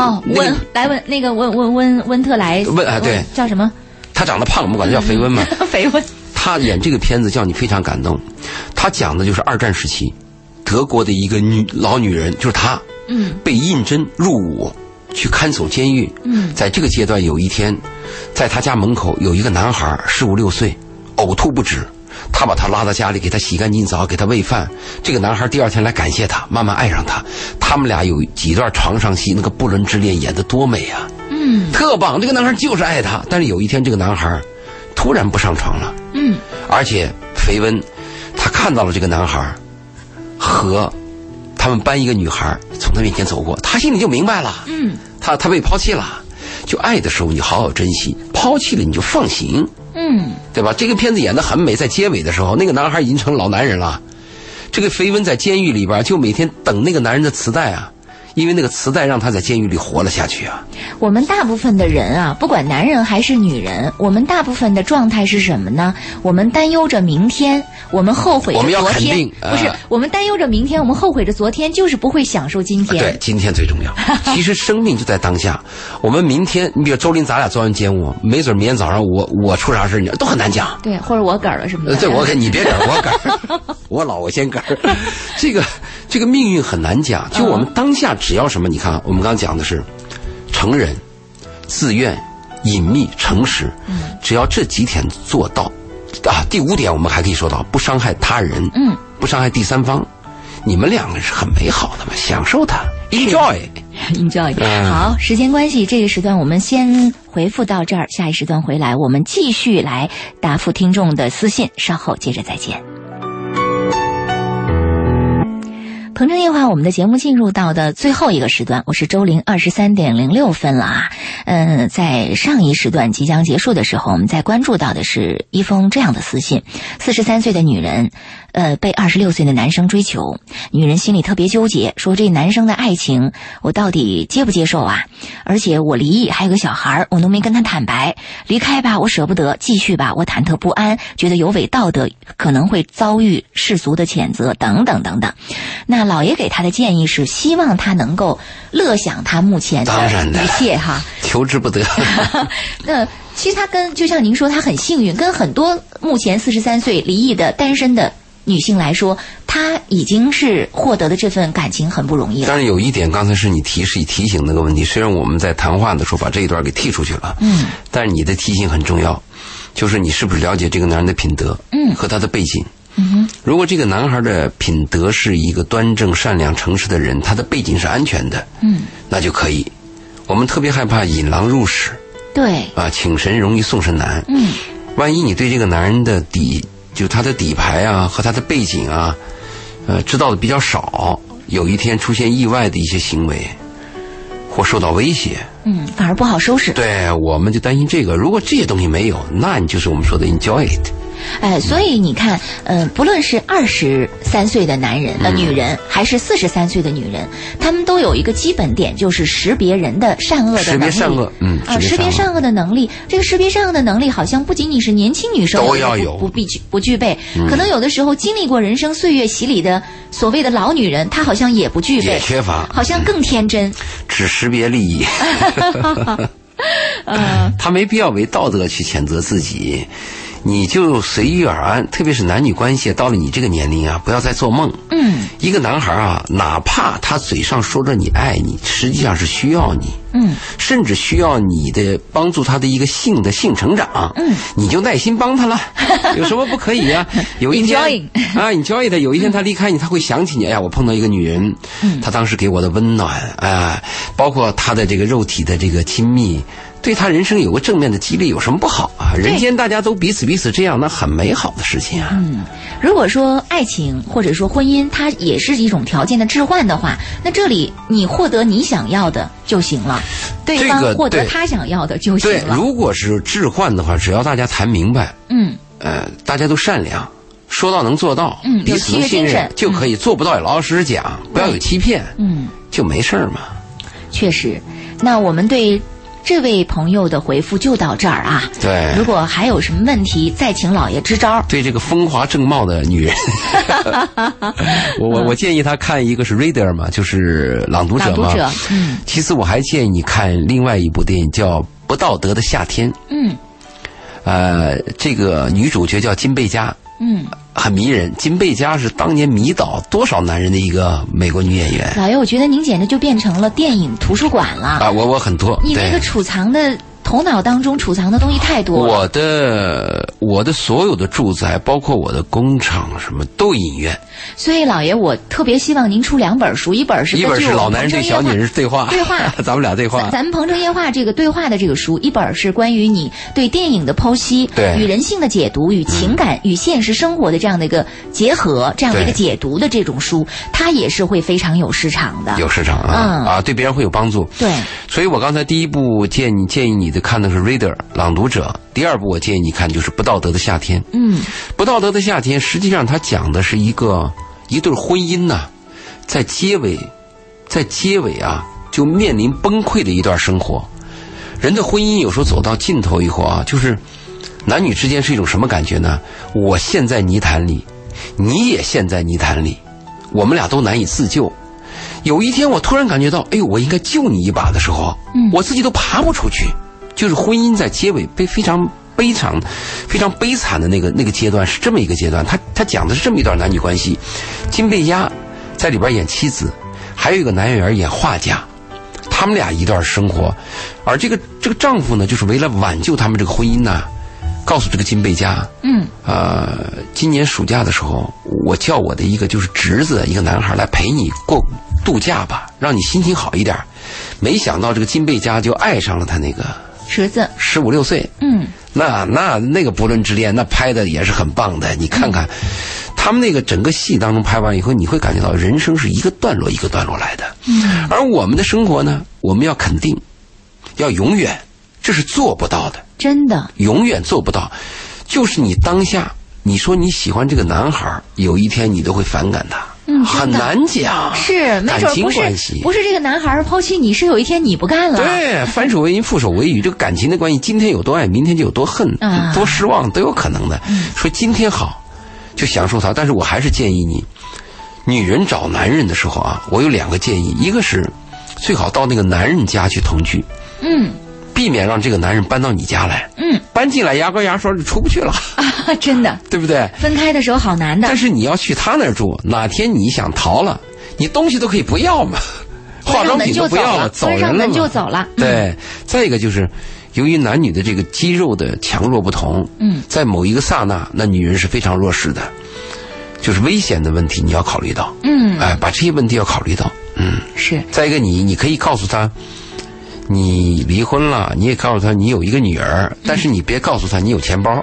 温特莱对， 叫什么？ 他长得胖，我们管他叫肥温嘛。 肥温。 他演这个片子叫你非常感动，他讲的就是2战时期德国的一个老女人，就是她，被应征入伍去看守监狱。在这个阶段，有一天，在他家门口有一个男孩15、16岁，呕吐不止，他把他拉到家里，给他洗干净澡，给他喂饭。这个男孩第2天来感谢他，慢慢爱上他。他们俩有几段床上戏，那个不伦之恋演得多美啊！特棒。这个男孩就是爱他，但是有一天这个男孩突然不上床了。而且肥温他看到了这个男孩和他他们班一个女孩从他面前走过，他心里就明白了，他被抛弃了。就爱的时候你好好珍惜，抛弃了你就放行，对吧？这个片子演得很美，在结尾的时候，那个男孩已经成老男人了。这个肥温在监狱里边就每天等那个男人的磁带啊，因为那个磁带让他在监狱里活了下去啊。 我们大部分的人啊，不管男人还是女人，我们大部分的状态是什么呢？我们担忧着明天，我们后悔着昨天， 我们要肯定， 不是我们担忧着明天，我们后悔着昨天，就是不会享受今天。 对，今天最重要。其实生命就在当下。我们明天，你比如周林，咱俩做完节目，没准明天早上我出啥事你都很难讲。 对，或者我嗝了什么的。 对，你别嗝，我嗝，我老我先嗝。这个命运很难讲。就我们当下只要什么，你看我们刚刚讲的是成人、自愿、隐秘、诚实，只要这几点做到啊，第5点我们还可以说到不伤害他人，不伤害第三方，你们两个是很美好的嘛，享受它 ，enjoy。 好，时间关系，这个时段我们先回复到这儿，下一时段回来我们继续来答复听众的私信，稍后接着再见。鹏城夜话，我们的节目进入到的最后一个时段，我是周玲，23:06了啊。在上一时段即将结束的时候，我们在关注到的是一封这样的私信：43岁的女人，被26岁的男生追求，女人心里特别纠结，说这男生的爱情我到底接不接受啊？而且我离异还有个小孩，我都没跟他坦白，离开吧我舍不得，继续吧我忐忑不安，觉得有违道德，可能会遭遇世俗的谴责等等等等。那老爷给他的建议是希望他能够乐享他目前的一切哈， 求之不得。 那其实他就像您说，他很幸运，跟很多目前43岁离异的单身的女性来说，她已经是获得的这份感情很不容易了。 但是有一点，刚才是你提醒那个问题，虽然我们在谈话的时候把这一段给剔出去了，但是你的提醒很重要，就是你是不是了解这个男人的品德，和他的背景。如果这个男孩的品德是一个端正、善良、诚实的人，他的背景是安全的，那就可以。我们特别害怕引狼入室， 对啊，请神容易送神难。万一你对这个男人的就他的底牌啊和他的背景啊，知道的比较少，有一天出现意外的一些行为，或受到威胁， 反而不好收拾。 对，我们就担心这个。如果这些东西没有，那你就是我们说的 enjoy it。 所以你看，不论是23岁的男人、女人，还是43岁的女人，他们都有一个基本点，就是识别人的善恶的能力。识别善恶，识别善恶的能力。这个识别善恶的能力，好像不仅仅是年轻女生都要有， 不具备。可能有的时候经历过人生岁月洗礼的所谓的老女人，她好像也不具备， 也缺乏， 好像更天真， 只识别利益。他没必要为道德去谴责自己。你就随遇而安，特别是男女关系到了你这个年龄啊，不要再做梦。一个男孩啊，哪怕他嘴上说着你爱你，实际上是需要你，甚至需要你的帮助他的一个性成长，你就耐心帮他了，有什么不可以啊？有一天啊，enjoy他，有一天他离开你，他会想起你，哎呀，我碰到一个女人，她当时给我的温暖，包括他的这个肉体的这个亲密。对他人生有个正面的激励，有什么不好啊？人间大家都彼此这样，那很美好的事情啊。 如果说爱情或者说婚姻，它也是一种条件的置换的话，那这里你获得你想要的就行了，对方获得他想要的就行了。 对，如果是置换的话，只要大家谈明白，大家都善良，说到能做到，彼此能信任就可以，做不到也老老实实讲，不要有欺骗，就没事嘛。 确实，那我们对这位朋友的回复就到这儿啊。 对， 如果还有什么问题，再请老爷支招。 对这个风华正茂的女人，我建议他看一个是 Reader 嘛，就是朗读者嘛。其实我还建议你看另外一部电影叫《不道德的夏天》。这个女主角叫金贝佳。很迷人。金贝佳是当年迷倒多少男人的一个美国女演员。 老爷，我觉得您简直就变成了电影图书馆了啊！我很多， 你那个储藏的头脑当中储藏的东西太多了。 我的所有的住宅，包括我的工厂，什么都影院。 所以老爷，我特别希望您出2本书，一本是老男人对小女人对话，咱们俩对话， 咱们鹏城夜话这个对话的这个书，一本是关于你对电影的剖析， 对， 与人性的解读，与情感、与现实生活的这样的一个结合，这样的一个解读的这种书，它也是会非常有市场的， 有市场啊，对别人会有帮助。 对， 所以我刚才第一部建议你的看的是 Reader 朗读者，第二部我建议你看就是不道德的夏天。不道德的夏天实际上它讲的是一对婚姻呐，在结尾啊就面临崩溃的一段生活。人的婚姻有时候走到尽头以后啊，就是男女之间是一种什么感觉呢？我陷在泥潭里，你也陷在泥潭里，我们俩都难以自救。有一天我突然感觉到，哎呦，我应该救你一把的时候，我自己都爬不出去。就是婚姻在结尾非常悲惨的那个阶段，是这么一个阶段。他讲的是这么一段男女关系。金贝佳在里边演妻子，还有一个男演员演画家，他们俩一段生活。而这个丈夫呢，就是为了挽救他们这个婚姻呢，告诉这个金贝佳，今年暑假的时候，我叫我的一个就是侄子，一个男孩来陪你过度假吧，让你心情好一点。没想到这个金贝佳就爱上了他那个侄子 ，15、16岁。那个不伦之恋，那拍的也是很棒的。你看看，他们那个整个戏当中拍完以后，你会感觉到人生是一个段落一个段落来的。而我们的生活呢，我们要肯定，要永远，这是做不到的， 真的，永远做不到。就是你当下，你说你喜欢这个男孩，有一天你都会反感他。很难讲， 是没准不是这个男孩抛弃你，是有一天你不干了。 对，翻手为云，覆手为雨，这个感情的关系，今天有多爱，明天就有多恨，多失望都有可能的。所以今天好，就享受它。但是我还是建议你，女人找男人的时候啊，我有2个建议，一个是最好到那个男人家去同居，避免让这个男人搬到你家来，搬进来牙膏牙刷就出不去了啊，真的， 对不对？ 分开的时候好难的。 但是你要去他那儿住，哪天你想逃了，你东西都可以不要嘛，化妆品都不要了，走人了嘛， 关上门就走了。 对，再一个就是由于男女的这个肌肉的强弱不同，在某一个刹那，那女人是非常弱势的，就是危险的问题你要考虑到，把这些问题要考虑到， 是。 再一个你可以告诉他。你离婚了，你也告诉他你有一个女儿，但是你别告诉他你有钱包。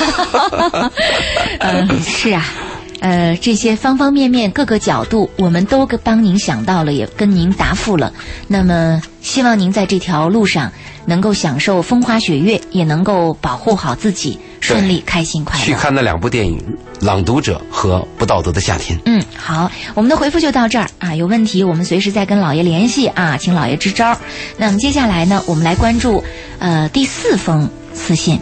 是啊，这些方方面面各个角度，我们都帮您想到了，也跟您答复了。那么，希望您在这条路上能够享受风花雪月，也能够保护好自己，顺利、开心、快乐。 去看那2部电影《朗读者》和《不道德的夏天》。 好，我们的回复就到这儿啊。有问题我们随时再跟老爷联系啊，请老爷支招。那么接下来呢，我们来关注第4封私信。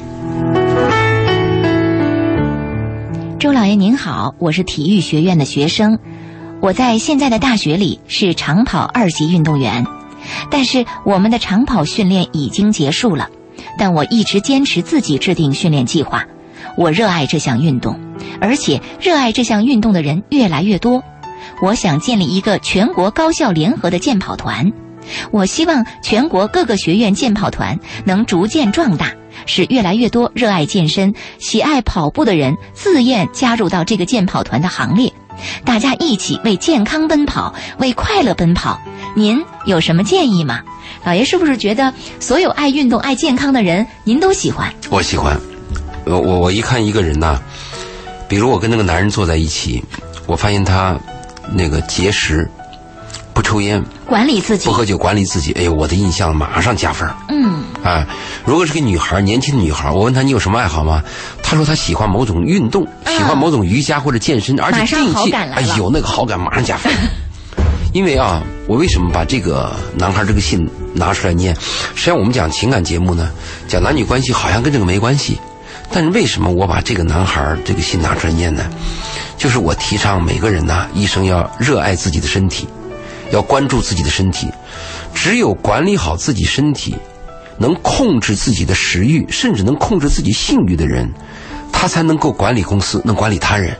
周老爷您好，我是体育学院的学生，我在现在的大学里是长跑2级运动员，但是我们的长跑训练已经结束了，但我一直坚持自己制定训练计划。我热爱这项运动，而且热爱这项运动的人越来越多。我想建立一个全国高校联合的健跑团，我希望全国各个学院健跑团能逐渐壮大，使越来越多热爱健身、喜爱跑步的人自愿加入到这个健跑团的行列，大家一起为健康奔跑，为快乐奔跑。您有什么建议吗？老爷是不是觉得所有爱运动、爱健康的人您都喜欢？ 我喜欢。我一看一个人呐，比如我跟那个男人坐在一起，我发现他那个节食，不抽烟， 管理自己， 不喝酒，管理自己，哎呦，我的印象马上加分。如果是个女孩，年轻的女孩，我问她你有什么爱好吗？她说她喜欢某种运动，喜欢某种瑜伽或者健身，而且定期，哎呦，那个好感马上加分。因为啊，我为什么把这个男孩这个信拿出来念？实际上我们讲情感节目呢，讲男女关系好像跟这个没关系，但是为什么我把这个男孩这个信拿出来念呢？就是我提倡每个人呢，一生要热爱自己的身体，要关注自己的身体。只有管理好自己身体，能控制自己的食欲，甚至能控制自己性欲的人，他才能够管理公司，能管理他人。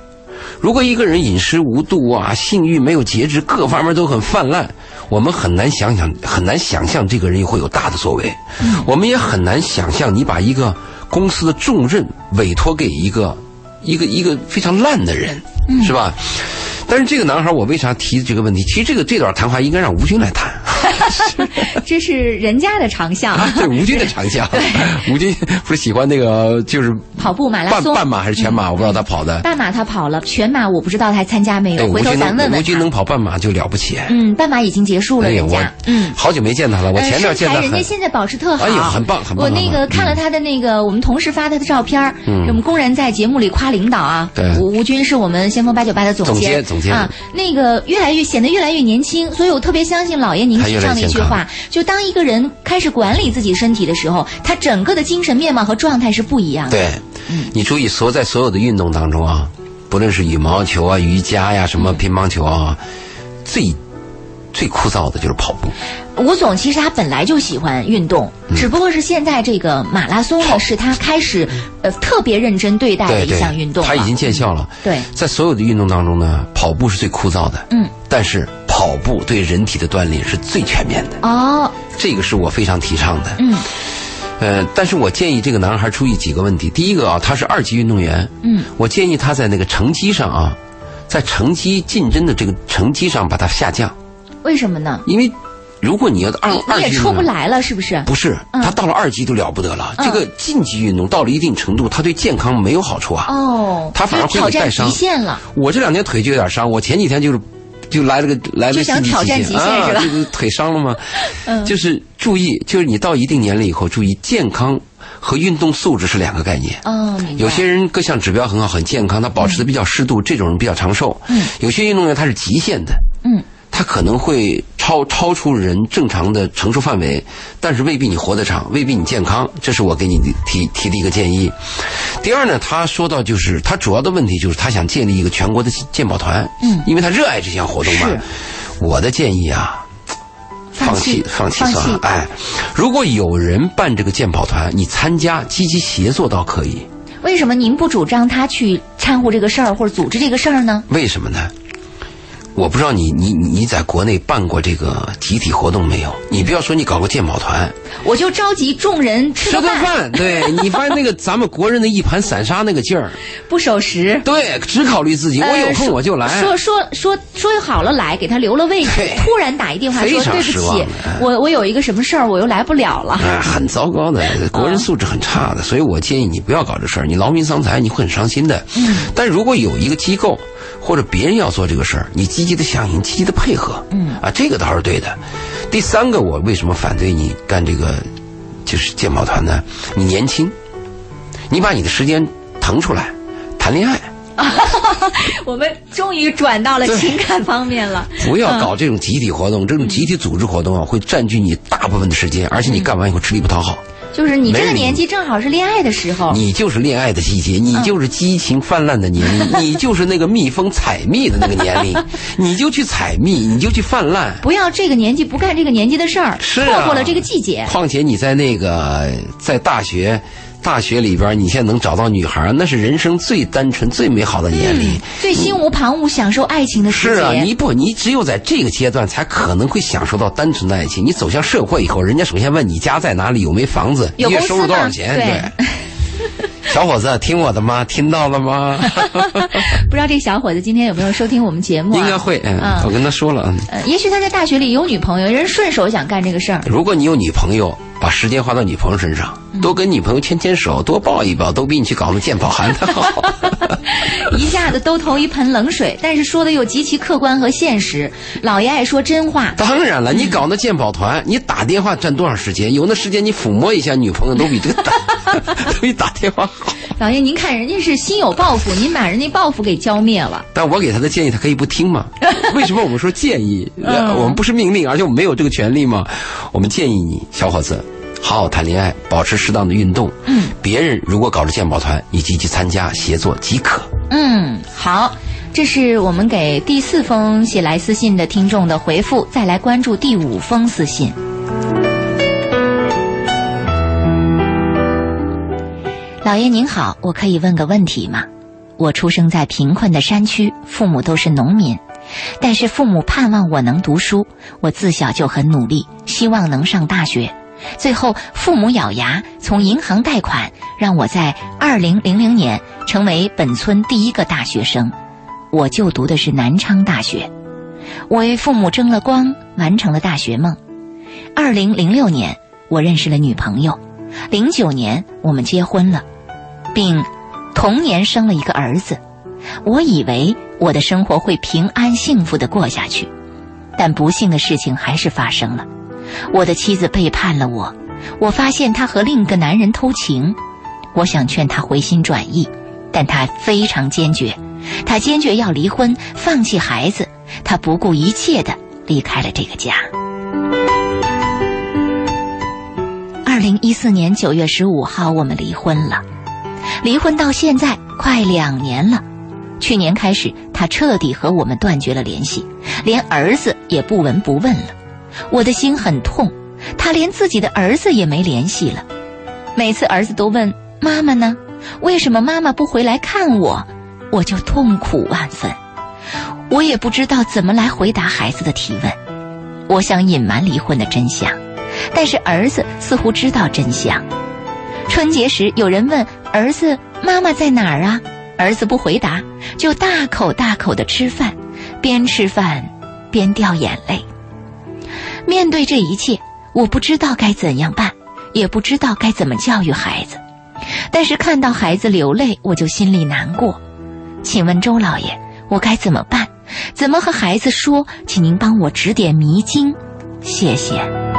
如果一个人饮食无度啊，性欲没有节制，各方面都很泛滥，我们很难想象这个人会有大的作为。我们也很难想象你把一个公司的重任委托给一个非常烂的人，是吧？但是这个男孩，我为啥提这个问题？其实这段谈话应该让吴军来谈。 这是人家的长项啊， 对，吴军的长项。吴军不是喜欢那个就是跑步马拉松， 半马还是全马？我不知道他跑的。 半马他跑了，全马我不知道他参加没有。回头咱问问他。 吴军能跑半马就了不起。 半马已经结束了，人家。 好久没见他了，我前面见他。 人家现在保持特好。 哎呀，很棒很棒。 我那个看了他的那个我们同事发他的照片，我们工人在节目里夸领导啊。 对。 吴军是我们先锋898的总监啊，那个显得越来越年轻，所以我特别相信老爷您提倡的一句话。就当一个人开始管理自己身体的时候，他整个的精神面貌和状态是不一样的。 对，你注意在所有的运动当中啊，不论是羽毛球啊、瑜伽呀、什么乒乓球啊，最枯燥的就是跑步。 吴总其实他本来就喜欢运动，只不过是现在这个马拉松呢，是他开始特别认真对待的一项运动。 他已经见效了。 对， 在所有的运动当中呢，跑步是最枯燥的。但是跑步对人体的锻炼是最全面的。哦，这个是我非常提倡的。但是我建议这个男孩注意几个问题。第一个啊，他是2级运动员。我建议他在那个成绩上啊，在成绩竞争的这个成绩上把它下降。为什么呢？因为如果你要二级，你也出不来了，是不是？不是，他到了2级都了不得了。这个竞技运动到了一定程度，他对健康没有好处啊。哦，他反而会带伤。极限了。我这2天腿就有点伤，我前几天就来了就想挑战极限是吧？就是腿伤了吗？就是注意，就是你到一定年龄以后，注意健康和运动素质是2个概念。哦，明白。有些人各项指标很好，很健康，他保持的比较适度，这种人比较长寿。有些运动员他是极限的。他可能会超出人正常的承受范围，但是未必你活得长，未必你健康，这是我给你提的一个建议。第二呢，他说到就是他主要的问题就是他想建立一个全国的健跑团，因为他热爱这项活动嘛。我的建议啊，放弃算了。哎，如果有人办这个健跑团，你参加积极协作倒可以。为什么您不主张他去掺和这个事儿或者组织这个事儿呢？为什么呢？我不知道你在国内办过这个集体活动没有？你不要说你搞个健跑团，我就召集众人吃个饭。对，你发现那个咱们国人的一盘散沙那个劲儿，不守时。对，只考虑自己，我有空我就来。说好了来，给他留了位置，突然打一电话说对不起，我有一个什么事儿，我又来不了了。很糟糕的，国人素质很差的，所以我建议你不要搞这事儿，你劳民伤财，你会很伤心的。但如果有一个机构或者别人要做这个事儿，你积极的响应，积极的配合，这个倒是对的。第3个，我为什么反对你干这个就是健跑团呢？你年轻，你把你的时间腾出来谈恋爱。我们终于转到了情感方面了。不要搞这种集体活动，这种集体组织活动啊，会占据你大部分的时间，而且你干完以后吃力不讨好。就是你这个年纪正好是恋爱的时候，你就是恋爱的季节，你就是激情泛滥的年龄，你就是那个蜜蜂采蜜的那个年龄，你就去采蜜，你就去泛滥。不要这个年纪不干这个年纪的事儿，错过了这个季节。况且你在在大学里边，你现在能找到女孩，那是人生最单纯、最美好的年龄，最心无旁骛、享受爱情的时节。是啊，你只有在这个阶段才可能会享受到单纯的爱情。你走向社会以后，人家首先问你家在哪里，有没房子，月收入多少钱？对。小伙子，听我的吗？听到了吗？不知道这小伙子今天有没有收听我们节目？应该会，我跟他说了。也许他在大学里有女朋友，人顺手想干这个事儿。如果你有女朋友，把时间花到女朋友身上，多跟女朋友牵牵手，多抱一抱，都比你去搞那健跑还好。一下子都投一盆冷水，但是说的又极其客观和现实。老爷爱说真话。当然了，你搞那健跑团，你打电话占多少时间？有那时间你抚摸一下女朋友，都比这个都比打电话好。老爷，您看人家是心有抱负，您把人家抱负给浇灭了。但我给他的建议，他可以不听吗？为什么我们说建议？我们不是命令，而且我们没有这个权利吗？我们建议你，小伙子，好好谈恋爱，保持适当的运动。别人如果搞着健跑团，你积极参加协作即可。好，这是我们给第4封写来私信的听众的回复，再来关注第5封私信。老爷您好，我可以问个问题吗？ 我出生在贫困的山区，父母都是农民，但是父母盼望我能读书，我自小就很努力，希望能上大学。最后父母咬牙从银行贷款，让我在2000年成为本村第一个大学生。我就读的是南昌大学。我为父母争了光，完成了大学梦。2006年我认识了女朋友，09年我们结婚了，并同年生了一个儿子。我以为我的生活会平安幸福地过下去，但不幸的事情还是发生了。我的妻子背叛了我，我发现她和另一个男人偷情。我想劝她回心转意，但她非常坚决，她坚决要离婚，放弃孩子，她不顾一切地离开了这个家。2014年9月15号我们离婚了，离婚到现在快2年了。去年开始，他彻底和我们断绝了联系，连儿子也不闻不问了。我的心很痛，他连自己的儿子也没联系了。每次儿子都问妈妈呢，为什么妈妈不回来看我，我就痛苦万分。我也不知道怎么来回答孩子的提问。我想隐瞒离婚的真相，但是儿子似乎知道真相。春节时有人问儿子妈妈在哪儿啊，儿子不回答，就大口大口地吃饭，边吃饭边掉眼泪。面对这一切，我不知道该怎样办，也不知道该怎么教育孩子。但是看到孩子流泪，我就心里难过。请问周老爷，我该怎么办？怎么和孩子说？请您帮我指点迷津，谢谢。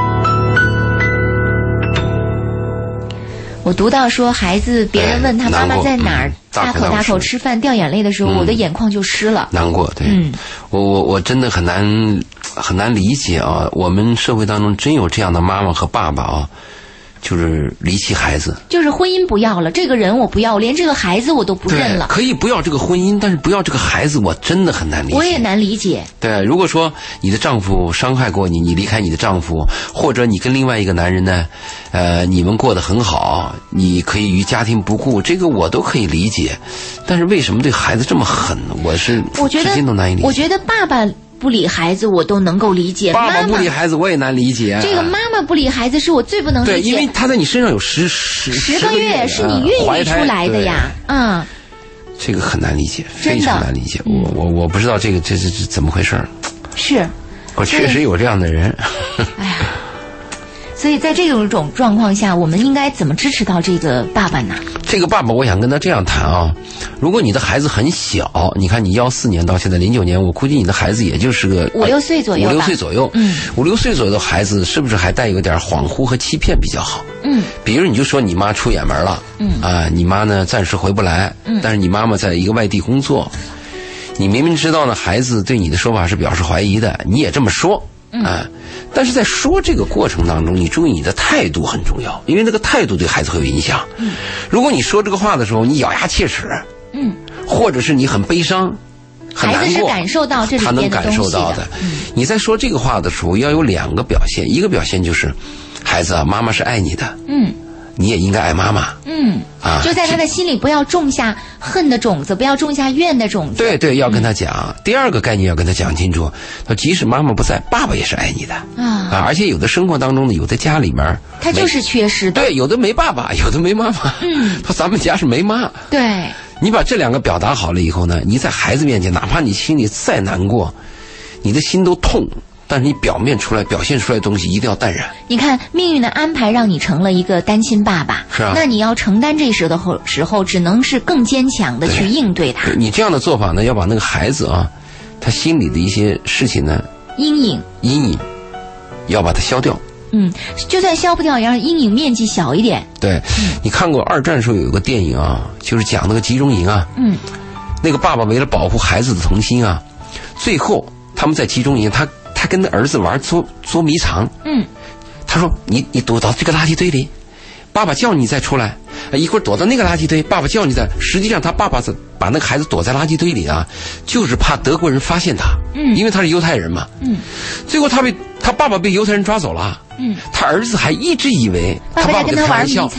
我读到说孩子别人问他妈妈在哪儿，大口大口吃饭掉眼泪的时候，我的眼眶就湿了。 难过，对。我真的很难理解啊！我们社会当中真有这样的妈妈和爸爸啊，就是离弃孩子， 就是婚姻不要了，这个人我不要，连这个孩子我都不认了。 可以不要这个婚姻，但是不要这个孩子，我真的很难理解。 我也难理解。 对，如果说你的丈夫伤害过你，你离开你的丈夫，或者你跟另外一个男人呢，你们过得很好，你可以与家庭不顾，这个我都可以理解。但是为什么对孩子这么狠？我至今都难以理解。 我觉得爸爸不理孩子我都能够理解， 爸爸不理孩子我也难理解。 这个妈妈不理孩子是我最不能理解。 对，因为他在你身上有10个月， 是你孕育出来的呀， 这个很难理解，非常难理解。我不知道这怎么回事。 是， 我确实有这样的人。 哎呀，所以在这种状况下，我们应该怎么支持到这个爸爸呢？ 这个爸爸，我想跟他这样谈啊。如果你的孩子很小，你看你14年到现在09年，我估计你的孩子也就是个 5、6岁左右吧。5、6 岁左右，5、6岁左右的孩子是不是还带有点恍惚和欺骗比较好？比如你就说你妈出远门了，你妈呢暂时回不来，但是你妈妈在一个外地工作，你明明知道呢，孩子对你的说法是表示怀疑的，你也这么说。但是在说这个过程当中，你注意你的态度很重要，因为那个态度对孩子会有影响。如果你说这个话的时候，你咬牙切齿，或者是你很悲伤、很难过， 孩子是感受到这里面的东西的， 他能感受到的。你在说这个话的时候，要有2个表现，一个表现就是孩子啊，妈妈是爱你的，你也应该爱妈妈。 就在他的心里不要种下恨的种子，不要种下怨的种子。 对，要跟他讲。第2个概念要跟他讲清楚，他即使妈妈不在，爸爸也是爱你的而且有的生活当中呢，有的家里面他就是缺失的。 对，有的没爸爸，有的没妈妈。他咱们家是没妈。 对， 你把这2个表达好了以后呢，你在孩子面前，哪怕你心里再难过，你的心都痛，但是你表现出来的东西一定要淡然。 你看命运的安排让你成了一个单亲爸爸， 是啊， 那你要承担这时候只能是更坚强的去应对他。 你这样的做法呢，要把那个孩子啊，他心里的一些事情呢，阴影要把它消掉。 就算消不掉，也让阴影面积小一点。对， 你看过2战时候有一个电影啊，就是讲那个集中营啊，那个爸爸为了保护孩子的童心啊，最后他们在集中营，他跟那儿子玩捉迷藏。他说你躲到这个垃圾堆里，爸爸叫你再出来，一会儿躲到那个垃圾堆，爸爸叫你再。实际上他爸爸把那个孩子躲在垃圾堆里啊，就是怕德国人发现他，因为他是犹太人嘛。最后他爸爸被犹太人抓走了。他儿子还一直以为他爸爸跟他玩笑，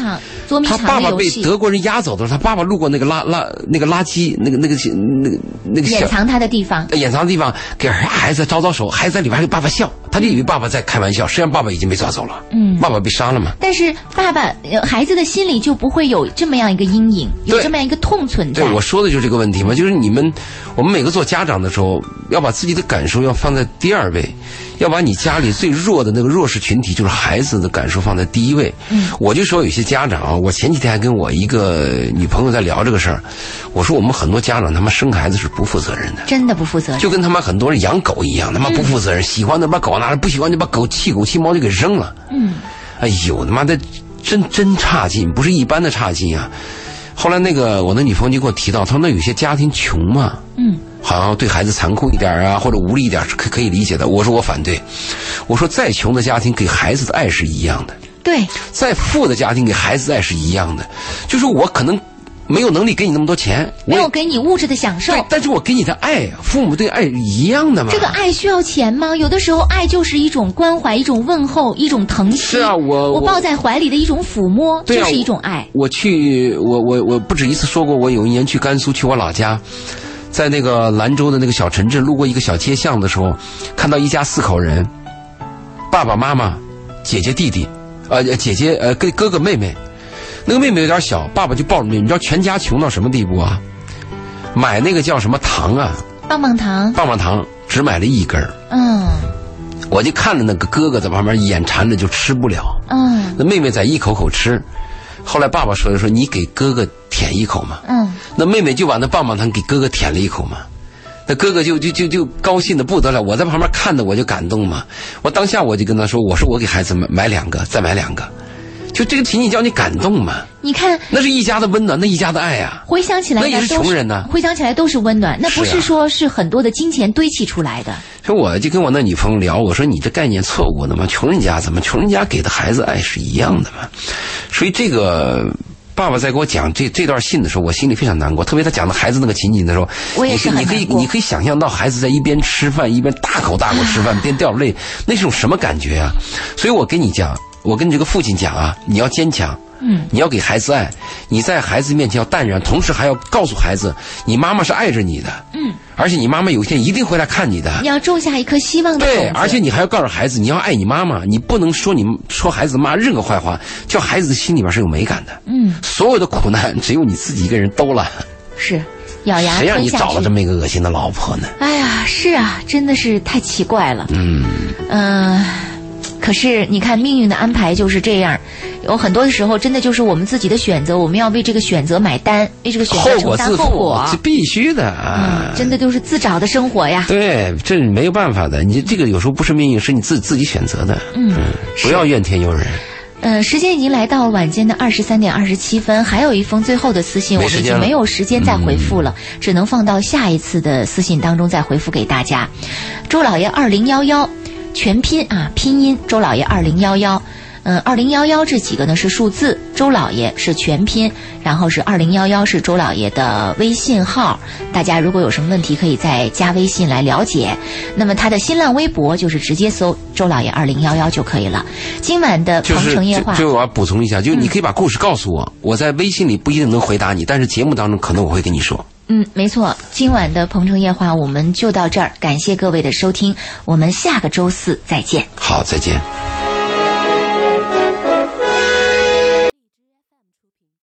捉迷藏的游戏。 他爸爸被德国人押走的时候，他爸爸路过那个垃圾那个掩藏他的地方， 给孩子招手，孩子在里边还给爸爸笑，他就以为爸爸在开玩笑，实际上爸爸已经被抓走了，爸爸被杀了嘛。 但是孩子的心里就不会有这么样一个阴影，有这么样一个痛存在。 对，我说的就是这个问题嘛，就是我们每个做家长的时候，要把自己的感受要放在第二位，要把你家里最弱的那个弱势群体，就是孩子的感受放在第一位。我就说有些家长，我前几天还跟我一个女朋友在聊这个事儿，我说我们很多家长他妈生孩子是不负责任的， 真的不负责任， 就跟他妈很多人养狗一样，他妈不负责任，喜欢的把狗拿来，不喜欢就把狗弃猫就给扔了。哎呦他妈的真差劲，不是一般的差劲啊。后来我的女朋友就给我提到，她说那有些家庭穷嘛，好像对孩子残酷一点啊，或者无理一点是可以理解的。我说我反对，我说再穷的家庭给孩子的爱是一样的， 对， 再富的家庭给孩子的爱是一样的，就是我可能没有能力给你那么多钱， 没有给你物质的享受， 对，但是我给你的爱，父母对爱一样的嘛。 这个爱需要钱吗？有的时候爱就是一种关怀，一种问候，一种疼惜。 是啊，我抱在怀里的一种抚摸，就是一种爱。 我不止一次说过，我有一年去甘肃，去我老家，在那个兰州的那个小城镇，路过一个小街巷的时候，看到一家4口人，爸爸妈妈、姐姐弟弟，哥哥妹妹。那个妹妹有点小，爸爸就抱着妹妹。你知道全家穷到什么地步啊？买那个叫什么糖啊？棒棒糖只买了1根。我就看着那个哥哥在旁边眼馋着就吃不了。那妹妹在一口口吃。后来爸爸说你给哥哥舔一口嘛。那妹妹就把那棒棒糖给哥哥舔了一口嘛。那哥哥就高兴的不得了，我在旁边看着我就感动嘛。我当下我就跟他说，我说我给孩子买2个，再买2个。就这个情景叫你感动嘛？你看，那是一家的温暖，那一家的爱啊！回想起来，那也是穷人呢。回想起来都是温暖，那不是说是很多的金钱堆砌出来的。所以我就跟我那女朋友聊，我说你这概念错误的嘛，穷人家穷人家给的孩子爱是一样的嘛。所以这个爸爸在给我讲这段信的时候，我心里非常难过。特别他讲的孩子那个情景的时候，我也是很难过。你可以想象到孩子在一边吃饭一边大口吃饭，边掉泪，那是种什么感觉啊？所以我跟你讲。我跟这个父亲讲啊，你要坚强，你要给孩子爱，你在孩子面前要淡然，同时还要告诉孩子，你妈妈是爱着你的，而且你妈妈有一天一定会来看你的。你要种下一颗希望的种子。对，而且你还要告诉孩子，你要爱你妈妈，你不能说孩子妈任何坏话，叫孩子的心里边是有美感的。所有的苦难只有你自己一个人兜了。是。咬牙谁让你找了这么一个恶心的老婆呢？哎呀，是啊，真的是太奇怪了。可是你看命运的安排就是这样，有很多的时候真的就是我们自己的选择，我们要为这个选择买单，为这个选择承担后果，是必须的啊！真的就是自找的生活呀。对，这没有办法的，你这个有时候不是命运，是你自己选择的。不要怨天尤人。时间已经来到晚间的23点27分，还有一封最后的私信，我们已经没有时间再回复了，只能放到下一次的私信当中再回复给大家。周老爷2011。全拼啊，拼音周老爷2011，2011这几个呢是数字，周老爷是全拼，然后是2011是周老爷的微信号，大家如果有什么问题可以再加微信来了解。那么他的新浪微博就是直接搜周老爷2011就可以了。今晚的鹏城夜话，就我要补充一下，就你可以把故事告诉我，我在微信里不一定能回答你，但是节目当中可能我会跟你说。没错，今晚的鹏城夜话我们就到这儿，感谢各位的收听，我们下个周4再见。好，再见。